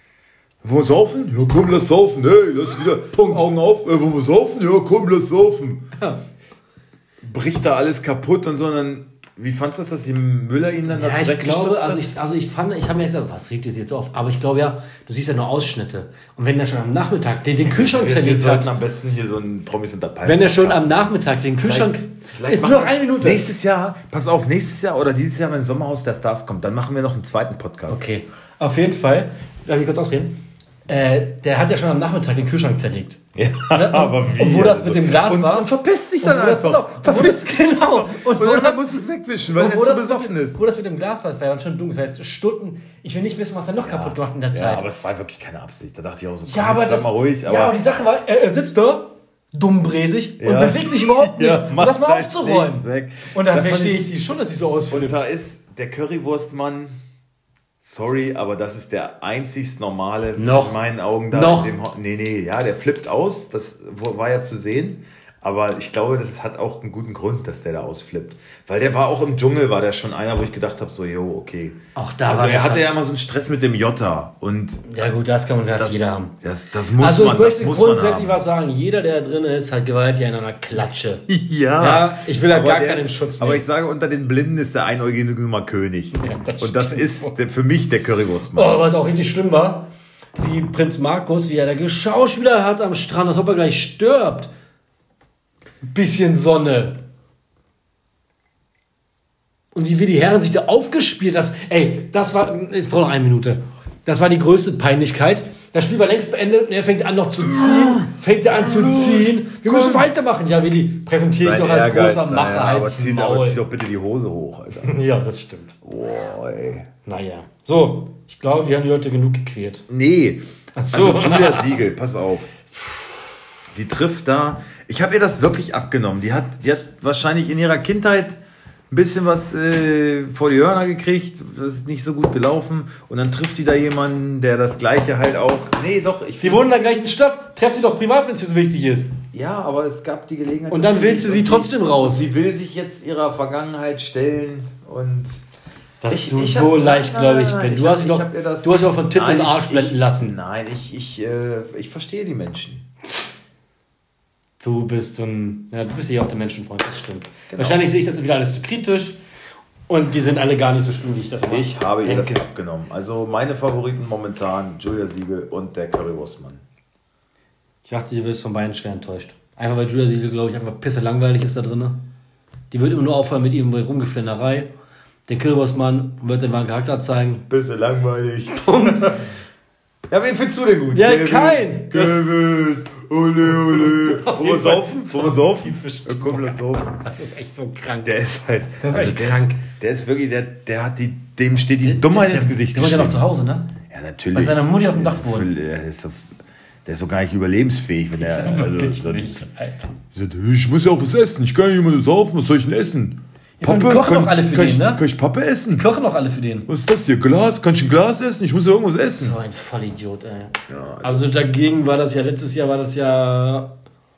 Wo saufen? Ja, komm, lass saufen. Hey, das ist wieder. Punkt. Augen auf. Äh, wo wir saufen? Ja, komm, lass saufen. Ja. Bricht da alles kaputt und so. Und dann, wie fandst du das, dass die Müller ihn dann Ja, da ich zurechtgestutzt glaube, hat? also ich, also ich fand, ich habe mir gesagt, was regt ihr jetzt auf? Aber ich glaube ja, du siehst ja nur Ausschnitte. Und wenn der schon am Nachmittag den, den Kühlschrank wir, wir zerlegt sollten hat, am besten hier so einen Promis unter Palmen. wenn er schon Podcast am Nachmittag den Kühlschrank, Vielleicht ist machen nur noch wir- eine Minute. Nächstes Jahr, pass auf, nächstes Jahr oder dieses Jahr, wenn Sommerhaus der Stars kommt, dann machen wir noch einen zweiten Podcast. Okay, auf jeden Fall, darf ich kurz ausreden? Äh, der hat ja schon am Nachmittag den Kühlschrank zerlegt. Ja, Ne? Und- aber wie? und wo das also? mit dem Glas und, war- Und verpisst sich Und dann wo das, einfach. pass auf, und wo das, genau. Und Und wo dann das, musst du es wegwischen, weil und er wo zu das, besoffen mit, ist. wo das mit dem Glas war, das war ja dann schon dunkel. Das war jetzt Stunden. Ich will nicht wissen, was er noch kaputt gemacht in der Ja, Zeit. aber es war wirklich keine Absicht. Da dachte ich auch so, Ja, komm, aber jetzt bleib das, mal ruhig. Aber ja, aber die Sache war, er, er sitzt da, dummbräsig, und Ja. bewegt sich überhaupt nicht, Ja, um mach das mal dein aufzuräumen. Dings weg. Und dann Da fand verstehe ich- ich sie schon, dass sie so und ausflippt. da ist der Currywurstmann, sorry, aber das ist der einzigst normale Noch. in meinen Augen da. Noch. In dem, Ho- nee, nee, ja, der flippt aus, das wo- war ja zu sehen. Aber ich glaube, das hat auch einen guten Grund, dass der da ausflippt. Weil der war auch im Dschungel, war der schon einer, wo ich gedacht habe, so, jo, okay. Auch da also war er der hatte schon- ja immer so einen Stress mit dem Jota. Und Ja gut, das kann man ja das, jeder haben. das, das muss Also ich man, möchte das muss man grundsätzlich haben. was sagen. Jeder, der da drin ist, hat Gewalt ja in einer Klatsche. Ja, Ja, ich will da aber gar der keinen ist, Schutz Aber nehmen. ich sage, unter den Blinden ist der Einäugige nun mal König. Ja, das und das stimmt. ist der, für mich der Currywurstmann. Oh, was auch richtig schlimm war, wie Prinz Markus, wie er da geschauspielert hat am Strand, als ob er gleich stirbt. Bisschen Sonne. Und wie wir die Herren sich da aufgespielt, das, ey, das war, jetzt braucht noch eine Minute. Das war die größte Peinlichkeit. Das Spiel war längst beendet und er fängt an noch zu ziehen, fängt er an zu ziehen. Wir müssen weitermachen. Ja, Willi, präsentiere ich Sein doch als Ehrgeiz, großer Macher, ja, aber als zieh, aber zieh Maul. doch bitte die Hose hoch, Alter. Ja, das stimmt. Boah, ey. Naja. So, ich glaube, wir haben die Leute genug gequält. Nee. Ach so. Also Julia Siegel, pass auf. Die trifft da. Ich habe ihr das wirklich abgenommen. Die hat, die hat wahrscheinlich in ihrer Kindheit ein bisschen was äh, vor die Hörner gekriegt. Das ist nicht so gut gelaufen. Und dann trifft die da jemanden, der das Gleiche halt auch. Nee, doch. Ich die wohnen in der gleichen Stadt. Treff sie doch privat, wenn es dir so wichtig ist. Ja, aber es gab die Gelegenheit. Und dann willst du sie trotzdem raus. Sie will sich jetzt ihrer Vergangenheit stellen und. Dass ich, du ich so hab, leichtgläubig bist. Du hab, hast dich doch, das, du hast dich doch von Titten nein, und Arsch ich, blenden ich, lassen. Nein, ich, ich, äh, ich verstehe die Menschen. Du bist so ein. Ja, du bist ja auch der Menschenfreund, das stimmt. Genau. Wahrscheinlich sehe ich das wieder alles zu kritisch. Und die sind alle gar nicht so schlimm, wie ich das mache. Ich habe ihr denke. das abgenommen. Also meine Favoriten momentan Julia Siegel und der Currywurstmann. Ich dachte, du wirst von beiden schwer enttäuscht. Einfach weil Julia Siegel, glaube ich, einfach pisse langweilig ist da drin. Die wird immer nur aufhören mit ihrem Rumgeflennerei. Der Currywurstmann wird seinen wahren Charakter zeigen. Bisschen langweilig. Punkt. Ja, wen findest du denn gut? Ja, Kevin, kein. Kevin, ole, ole. Wollen wir saufen? Wollen wir saufen? Tiefe Ja, komm, lass saufen. Das ist echt so krank. Der ist halt. Das ist echt der krank. Ist, der ist wirklich, der, der hat die, dem steht die Dummheit der, ins Gesicht Der wohnt ja noch geschrieben. zu Hause, ne? Ja, natürlich. Bei seiner Mutti auf dem Der ist Dachboden. voll- Der ist, so, der ist so gar nicht überlebensfähig, wenn Das er. ist Also, wirklich dann- nicht, Alter. sagt, ich muss ja auch was essen. Ich kann ja jemanden saufen. Was soll ich denn essen? Ja, die kochen doch alle für kann den, ich, ne? Kann ich Pappe essen? Die kochen doch alle für den. Was ist das hier? Glas? Kann ich ein Glas essen? Ich muss ja irgendwas essen. So ein Vollidiot, ey. Ja, Also dagegen war das ja, letztes Jahr war das ja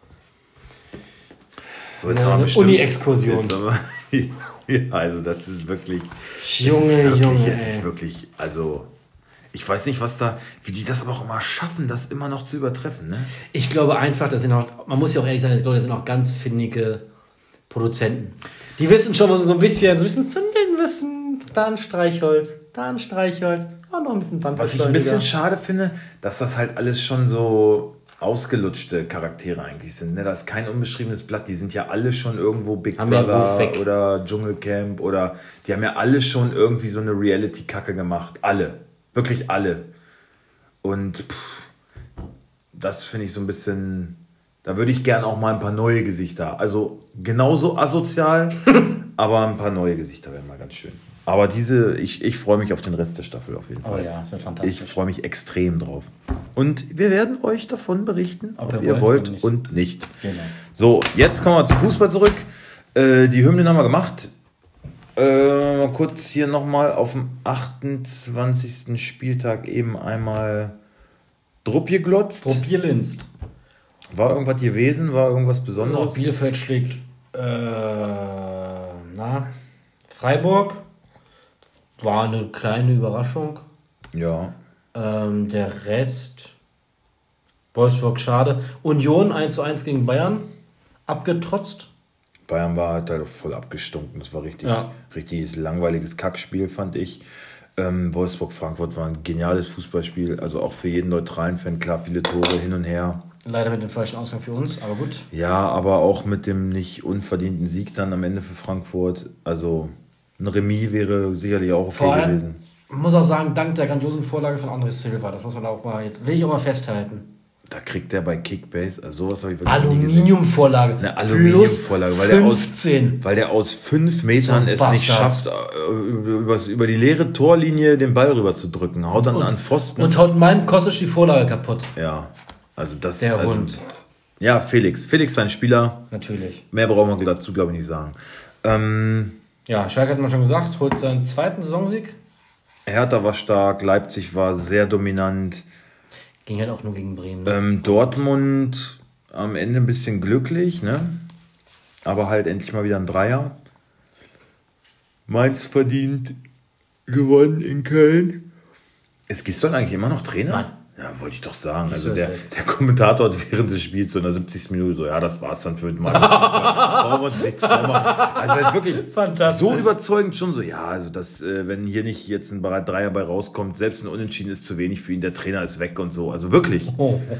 so, jetzt ja, haben wir eine bestimmt- Uni-Exkursion. jetzt haben wir- Ja, also das ist wirklich. Junge, es ist wirklich, Junge, Es ist ey. wirklich, also. Ich weiß nicht, was da, wie die das aber auch immer schaffen, das immer noch zu übertreffen, ne? Ich glaube einfach, das sind auch, man muss ja auch ehrlich sein, ich glaube, das sind auch ganz findige Produzenten. Die wissen schon, was sie so ein bisschen, so ein bisschen zündeln müssen. Da ein Streichholz, da ein Streichholz, auch noch ein bisschen Was ich ein bisschen schade finde, dass das halt alles schon so ausgelutschte Charaktere eigentlich sind. Ne? Das ist kein unbeschriebenes Blatt. Die sind ja alle schon irgendwo Big Haben ja den Ruf Brother weg. oder Dschungelcamp oder die haben ja alle schon irgendwie so eine Reality-Kacke gemacht. Alle. Wirklich alle. Und pff, das finde ich so ein bisschen, da würde ich gern auch mal ein paar neue Gesichter. Also genauso asozial, aber ein paar neue Gesichter wären mal ganz schön. Aber diese, ich, ich freue mich auf den Rest der Staffel auf jeden Fall. Oh ja, es wird fantastisch. Ich freue mich extrem drauf. Und wir werden euch davon berichten, ob, Ob ihr ihr wollt wollt und nicht. Genau. So, jetzt kommen wir zum Fußball zurück. Äh, die Hymnen haben wir gemacht. Äh, mal kurz hier nochmal auf dem achtundzwanzigsten Spieltag eben einmal Drupp geglotzt. Probierlinst. War irgendwas gewesen? War irgendwas Besonderes? Bielefeld schlägt äh, na, Freiburg. War eine kleine Überraschung. Ja. Ähm, der Rest, Wolfsburg, schade. Union eins zu eins gegen Bayern, abgetrotzt. Bayern war halt, halt voll abgestunken. Das war richtig, Ja. richtiges langweiliges Kackspiel, fand ich. Ähm, Wolfsburg-Frankfurt war ein geniales Fußballspiel. Also auch für jeden neutralen Fan, klar, viele Tore hin und her. Leider mit dem falschen Ausgang für uns, aber gut. Ja, aber auch mit dem nicht unverdienten Sieg dann am Ende für Frankfurt. Also ein Remis wäre sicherlich auch okay Vor allem, gewesen. man muss auch sagen, dank der grandiosen Vorlage von André Silva, das muss man auch mal jetzt, will ich auch mal festhalten. Da kriegt der bei Kickbase, also sowas habe ich wirklich nie gesehen. Aluminiumvorlage. Eine Aluminiumvorlage, weil der aus fünfzehn. weil der aus fünf Metern So ein es nicht Bastard. schafft, äh, über, über die leere Torlinie den Ball rüber zu drücken. Haut dann Und- an Pfosten. Und haut meinen Kostic die Vorlage kaputt. ja, also das. Der also, Hund. Ja, Felix. Felix, sein Spieler. Natürlich. Mehr brauchen wir dazu, glaube ich, nicht sagen. Ähm, Ja, Schalke hat man schon gesagt, holt seinen zweiten Saisonsieg. Hertha war stark, Leipzig war sehr dominant. Ging halt auch nur gegen Bremen. Ne? Ähm, Dortmund am Ende ein bisschen glücklich, ne? Aber halt endlich mal wieder ein Dreier. Mainz verdient gewonnen in Köln. Ist Gistol eigentlich immer noch Trainer? Nein. Ja, wollte ich doch sagen. Gistol Also der, ist weg. der Kommentator hat während des Spiels so in der siebzigsten Minute so, ja, das war's dann für den Mann. Brauchen wir uns nichts vormachen. Also halt wirklich Fantastisch. so überzeugend schon so, ja, also das, äh, wenn hier nicht jetzt ein Dreier bei rauskommt, selbst ein Unentschieden ist zu wenig für ihn, der Trainer ist weg und so. Also wirklich.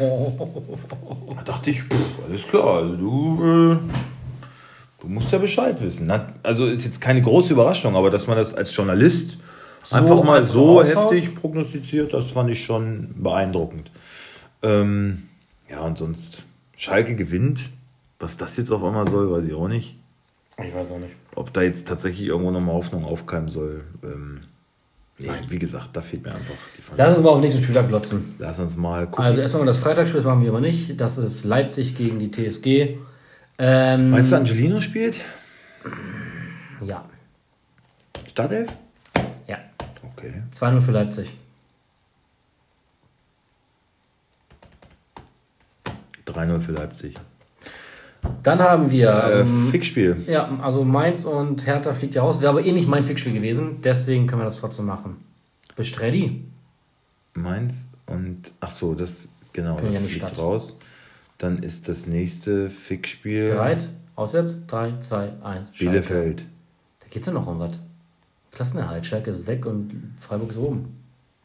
Da dachte ich, pff, alles klar, also du, äh, du musst ja Bescheid wissen. Na, also ist jetzt keine große Überraschung, aber dass man das als Journalist So einfach mal einfach so raushaut? heftig prognostiziert, das fand ich schon beeindruckend. Ähm, ja, und sonst, Schalke gewinnt. Was das jetzt auf einmal soll, weiß ich auch nicht. Ich weiß auch nicht. Ob da jetzt tatsächlich irgendwo nochmal Hoffnung aufkeimen soll. Ähm, Nee, wie gesagt, da fehlt mir einfach die Fantasie. Lass uns mal auf den nächsten Spieltag glotzen. Lass uns mal gucken. Also erstmal das Freitagsspiel, das machen wir aber nicht. Das ist Leipzig gegen die T S G. Ähm, Meinst du, Angelino spielt? Ja. Startelf? Ja. Okay. zwei null für Leipzig. drei null für Leipzig. Dann haben wir... Also, Äh, Fixspiel. Ja, also Mainz und Hertha fliegt ja raus. Wäre aber eh nicht mein Fixspiel gewesen. Deswegen können wir das trotzdem machen. Bist du ready? Mainz und... Ach so, das... Genau, Können das ja nicht fliegt statt. raus. Dann ist das nächste Fixspiel... Bereit? Auswärts? drei, zwei, eins. Bielefeld. Da geht's ja noch um was. Klassenerhalt. Schalke ist weg und Freiburg ist oben.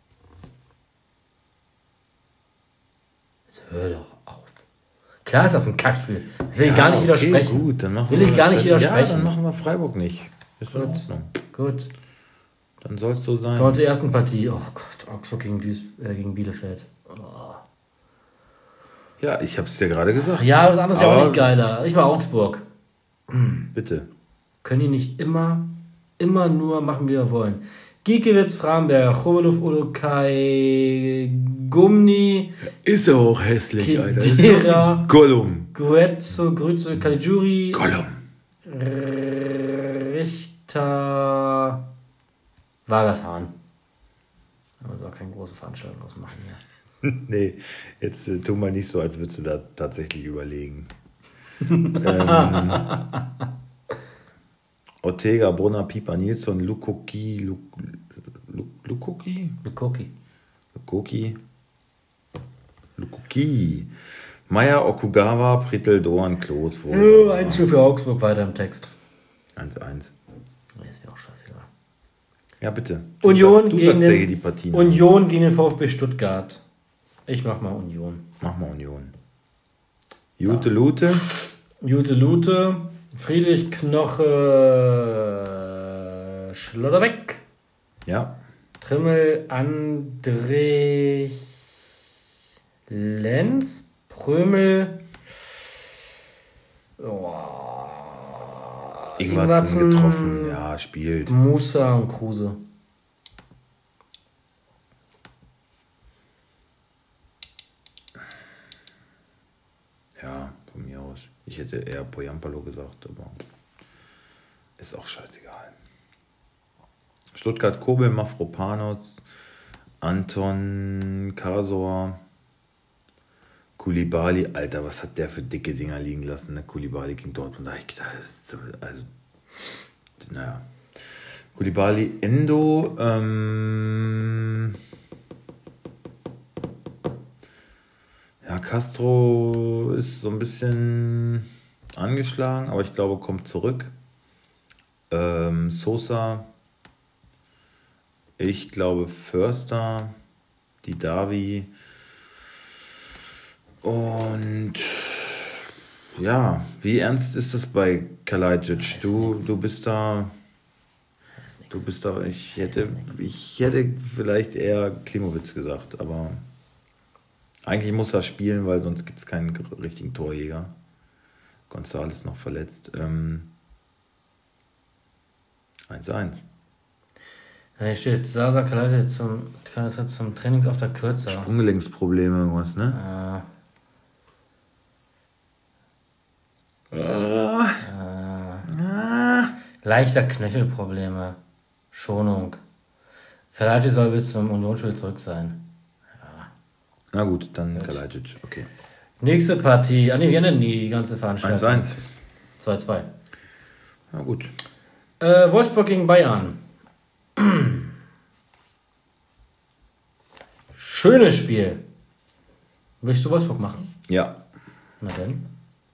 Jetzt hör doch auf. Klar ist das ein Kackspiel. Das will ich gar nicht okay, widersprechen. Gut, dann machen will wir, ich gar nicht dann, widersprechen. Ja, dann machen wir Freiburg nicht. Ist in Gut. Ordnung. Gut. Dann soll es so sein. Kommen wir zur ersten Partie. Oh Gott, Augsburg gegen, Duis äh, gegen Bielefeld. Oh. Ja, ich habe es dir gerade gesagt. Ja, das andere ist ja auch Aber- nicht geiler. Ich war Augsburg. Bitte. Können die nicht immer, immer nur machen, wie wir wollen. Giekewitz, Framberger, Chovelow, Olokai, Gumni, Ist er auch hässlich, Kedira. Alter. Das ist aus wie Gollum. Guezzo, Grütze, Caligiuri, Gollum. Richter, Vargas-Hahn. Also auch keine große Veranstaltung ausmachen. Ja. Nee, jetzt äh, tu mal nicht so, als würdest du da tatsächlich überlegen. ähm, Ortega, Brunner, Pieper, Nilsson, Lukoki, Luk, Luk, Lukoki? Lukoki. Lukoki. Lukoki. Meier, Okugawa, Prittel, Doan, Klos. Oh, eins für Augsburg weiter im Text. eins eins. Nee, ist mir auch scheißegal. Ja, bitte. Union, sag, du gegen sagst ja den, hier die Partien. Union gegen den VfB Stuttgart. Ich mach mal Union. Mach mal Union. Jute Lute. Jute Lute, Friedrich Knoche, Schlotterbeck, Ja. Trimmel, Andrich, Lenz, Prömel, oh, Ingwertsen getroffen. Ja, spielt. Musa und Kruse. Ja, von mir aus. Ich hätte eher Poyampalo gesagt, aber ist auch scheißegal. Stuttgart, Kobel, Mafropanos, Anton, Kasor, Koulibaly. Alter, was hat der für dicke Dinger liegen lassen, der Koulibaly gegen Dortmund? Da hab ich gedacht, das ist so, also, naja. Koulibaly, Endo, ähm, ja, Castro ist so ein bisschen angeschlagen, aber ich glaube, kommt zurück. Ähm, Sosa, ich glaube Förster, Didavi und ja, wie ernst ist das bei Kalajdzic? Du, du bist da, du bist da, ich hätte, ich hätte vielleicht eher Klimowitz gesagt, aber eigentlich muss er spielen, weil sonst gibt es keinen richtigen Torjäger. González noch verletzt. Ähm, eins eins. Ja, hier steht Sasa Kalajdzic zum, zum Trainingsauftakt kürzer. Sprunggelenksprobleme, irgendwas, ne? Äh, äh, leichter Knöchelprobleme. Schonung. Kalajdzic soll bis zum Unionsspiel zurück sein. Na gut, dann Kalajdzic, okay. Nächste Partie. Ah ne, wir nennen die ganze Veranstaltung. eins eins. zwei zwei. Na gut. Äh, Wolfsburg gegen Bayern. Schönes Spiel. Willst du Wolfsburg machen? Ja. Na dann.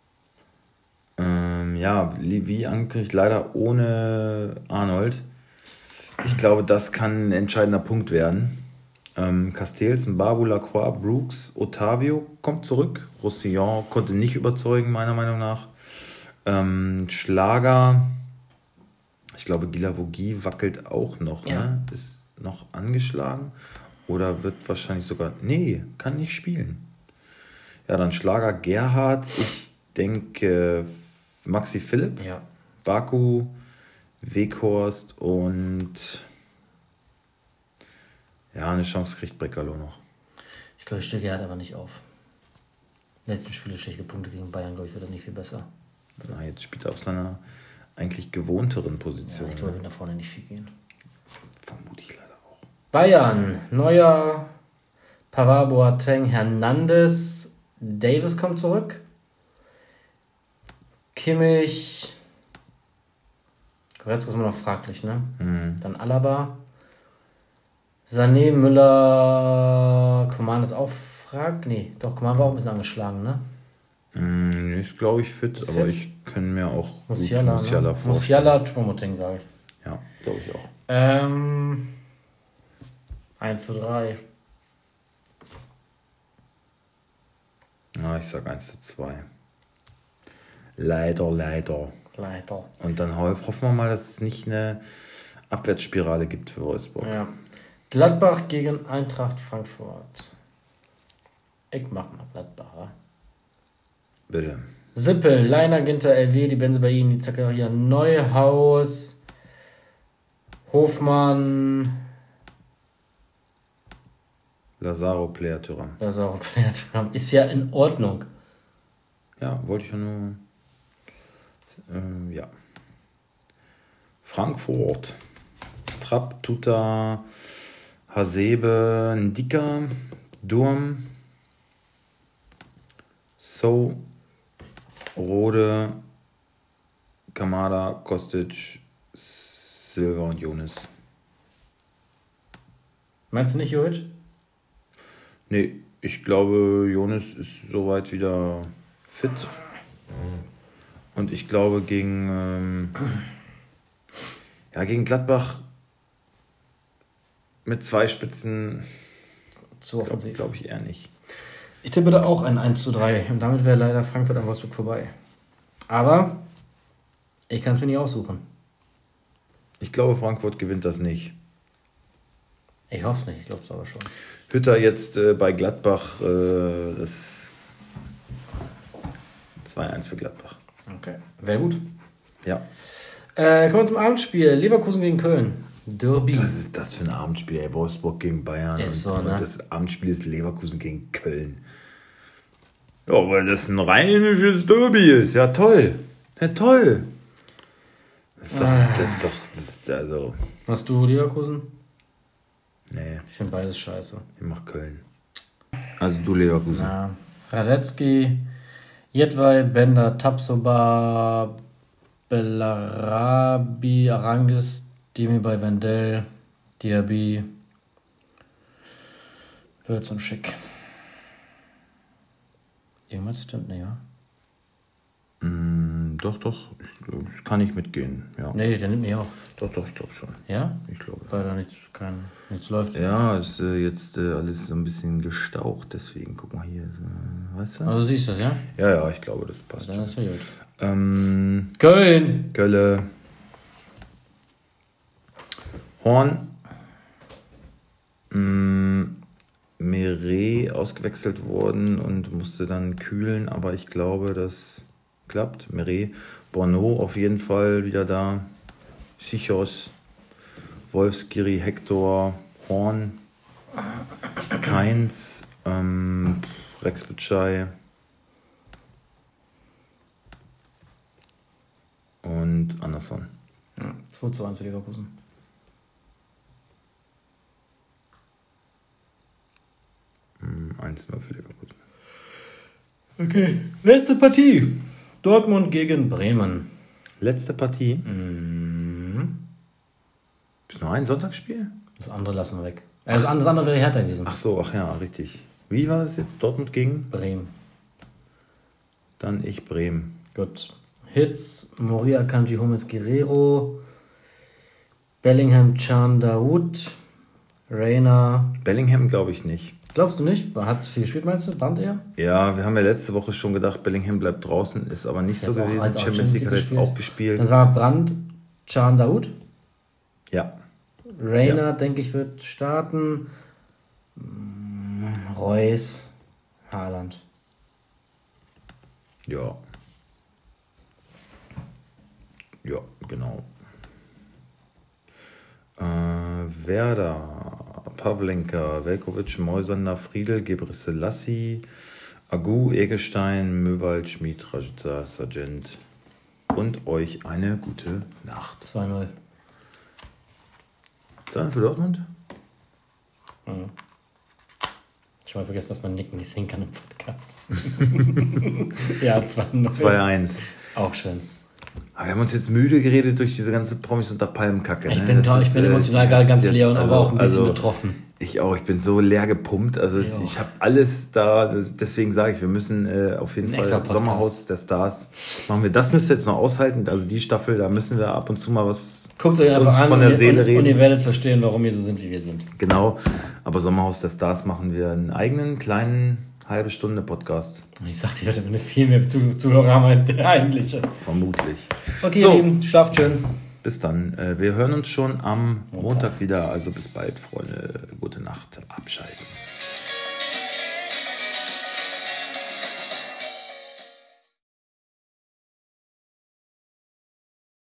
Ähm, ja, wie angekündigt, leider ohne Arnold. Ich glaube, das kann ein entscheidender Punkt werden. Ähm, Castells, Mbabu, Lacroix, Brooks, Otavio kommt zurück. Roussillon konnte nicht überzeugen, meiner Meinung nach. Ähm, Schlager, ich glaube, Guilavogui wackelt auch noch, Ja. ne? Ist noch angeschlagen oder wird wahrscheinlich sogar, nee, kann nicht spielen. Ja, dann Schlager, Gerhard, ich denke Maxi Philipp, Ja. Baku, Weghorst und Ja, eine Chance kriegt Brekalo noch. Ich glaube, Stuttgart aber nicht auf. Letzten Spiele schlechte Punkte gegen Bayern, glaube ich, wird er nicht viel besser. Na, jetzt spielt er auf seiner eigentlich gewohnteren Ja, Position. ich glaube, er wird nach vorne nicht viel gehen. Vermute ich leider auch. Bayern, Neuer, Pavard, Boateng, Hernandez, Davis kommt zurück. Kimmich, Goretzka ist immer noch fraglich, ne? Mhm. Dann Alaba, Sané, Müller, Coman ist auch frag. Nee, doch, Coman war auch ein bisschen angeschlagen, ne? Mhm, ist, glaube ich, fit, Ist aber fit? ich kann mir auch Musiala, gut Musiala ne? vorstellen. Musiala, Choupo-Moting, sage ich. Ja, glaube ich auch. Ähm, eins zu drei. Ja, ich sag eins zu zwei. Leider, leider. Leider. Und dann ho- hoffen wir mal, dass es nicht eine Abwärtsspirale gibt für Wolfsburg. Ja. Gladbach gegen Eintracht Frankfurt. Ich mach mal Gladbacher. Bitte. Sippel, Leiner, Ginter, L W, die Benzebaini, Zakaria, Neuhaus, Hofmann, Lazaro, Player, Tyrann. das ist auch erklärt haben. Ist ja in Ordnung. Ja, wollte ich ja nur. Ähm, ja. Frankfurt. Trapp, Tuta, Hasebe, Ndika, Durm, So, Rode, Kamada, Kostic, Silva und Jonas. Meinst du nicht, Jovic? Nee, ich glaube, Jonas ist soweit wieder fit. Und ich glaube, gegen, ähm, ja, gegen Gladbach mit zwei Spitzen Zu glaube offensiv. glaub ich eher nicht. Ich tippe da auch ein eins zu drei. Und damit wäre leider Frankfurt an Wolfsburg vorbei. Aber ich kann es mir nicht aussuchen. Ich glaube, Frankfurt gewinnt das nicht. Ich hoffe es nicht, ich glaube es aber schon. Hütter jetzt äh, bei Gladbach, äh, das zwei eins für Gladbach. Okay. Wäre gut. Ja. Äh, kommen wir zum Abendspiel. Leverkusen gegen Köln. Derby. Was ist das für ein Abendspiel, ey? Wolfsburg gegen Bayern. Ist und, so, ne? und das Abendspiel ist Leverkusen gegen Köln. Ja, weil das ein rheinisches Derby ist. Ja, toll. Ja, toll. Das ist doch, Ah. das ist doch, das ist also, Hast du Leverkusen? nee, Ich finde beides scheiße. ich mach Köln. Also du Leverkusen. Ja. Radetzky, Jedwai, Bender, Tapsoba, Bellarabi, Arangis, Demi bei Wendell, Diaby, Würz und Schick. Irgendwas stimmt nicht, ja? Mm, doch, doch, das kann ich mitgehen. Ja. Nee, der nimmt mich auch. Doch, doch, ich glaube schon. Ja? Ich glaube. Weil da nichts, kein, nichts läuft. Ja, ist äh, jetzt äh, alles so ein bisschen gestaucht, deswegen guck mal hier. So, weißt du? Also siehst du das, ja? Ja, ja, ich glaube, das passt Dann schon. ist ja gut. Ähm, Köln! Kölle. Horn. Mm, Meret ausgewechselt worden und musste dann kühlen, aber ich glaube, das klappt. Meret. Bono auf jeden Fall wieder da. Schichos. Wolfskiri, Hector, Horn. Keins. Ähm, Rex Bitschei. Und Anderson. Ja, zwei zu eins für Leverkusen. eins null für Leverkusen. Okay. Letzte Partie. Dortmund gegen Bremen. Letzte Partie. Mhm. Ist noch ein Sonntagsspiel? Das andere lassen wir weg. Äh, Das andere, das andere wäre härter gewesen. Ach so, ach ja, richtig. Wie war das jetzt? Dortmund gegen? Bremen. Dann ich Bremen. Gut. Hitz, Moria, Kanji, Hummels, Guerrero, Bellingham, Can, Daoud, Reina. Bellingham glaube ich nicht. Glaubst du nicht? Hat viel gespielt, meinst du? Band er? Ja, wir haben ja letzte Woche schon gedacht, Bellingham bleibt draußen, ist aber nicht Jetzt so auch- gewesen. hat auch Champions League hat er jetzt gespielt. auch gespielt. Das war Brandt, Can, Daoud. Ja. Reina, Ja. denke ich, wird starten. Mm, Reus, Haaland. Ja. Ja, genau. Äh, Werder. Pavlenka, Velkovic, Moisander, Friedel, Gebre Selassie, Agu, Eggestein, Möwald, Schmid, Rajica, Sargent und euch eine gute Nacht. zwei null. zwei null für Dortmund? Mhm. Ich habe mal vergessen, dass man Nick nicht sehen kann im Podcast. Ja, zwei null. zwei eins. Auch schön. Aber wir haben uns jetzt müde geredet durch diese ganze Promis unter Palmkacke. Ne? Ich bin, toll, ich bin ist, emotional äh, gerade ganz jetzt, leer und also, auch ein bisschen also, betroffen. Ich auch, ich bin so leer gepumpt. Also es, ich habe alles da, das, deswegen sage ich, wir müssen äh, auf jeden Ein Fall Sommerhaus der Stars machen wir. Das müsst ihr jetzt noch aushalten. Also die Staffel, da müssen wir ab und zu mal was Guckt euch einfach uns an von der und, Seele und, reden. und ihr werdet verstehen, warum wir so sind, wie wir sind. Genau, aber Sommerhaus der Stars machen wir einen eigenen kleinen halbe Stunde Podcast. Ich sagte, ich werde viel mehr Zuhörer haben als der eigentliche. Vermutlich. Okay, so, ihr Lieben, schlaft schön. Bis dann. Wir hören uns schon am Montag. Montag wieder. Also bis bald, Freunde. Gute Nacht. Abschalten.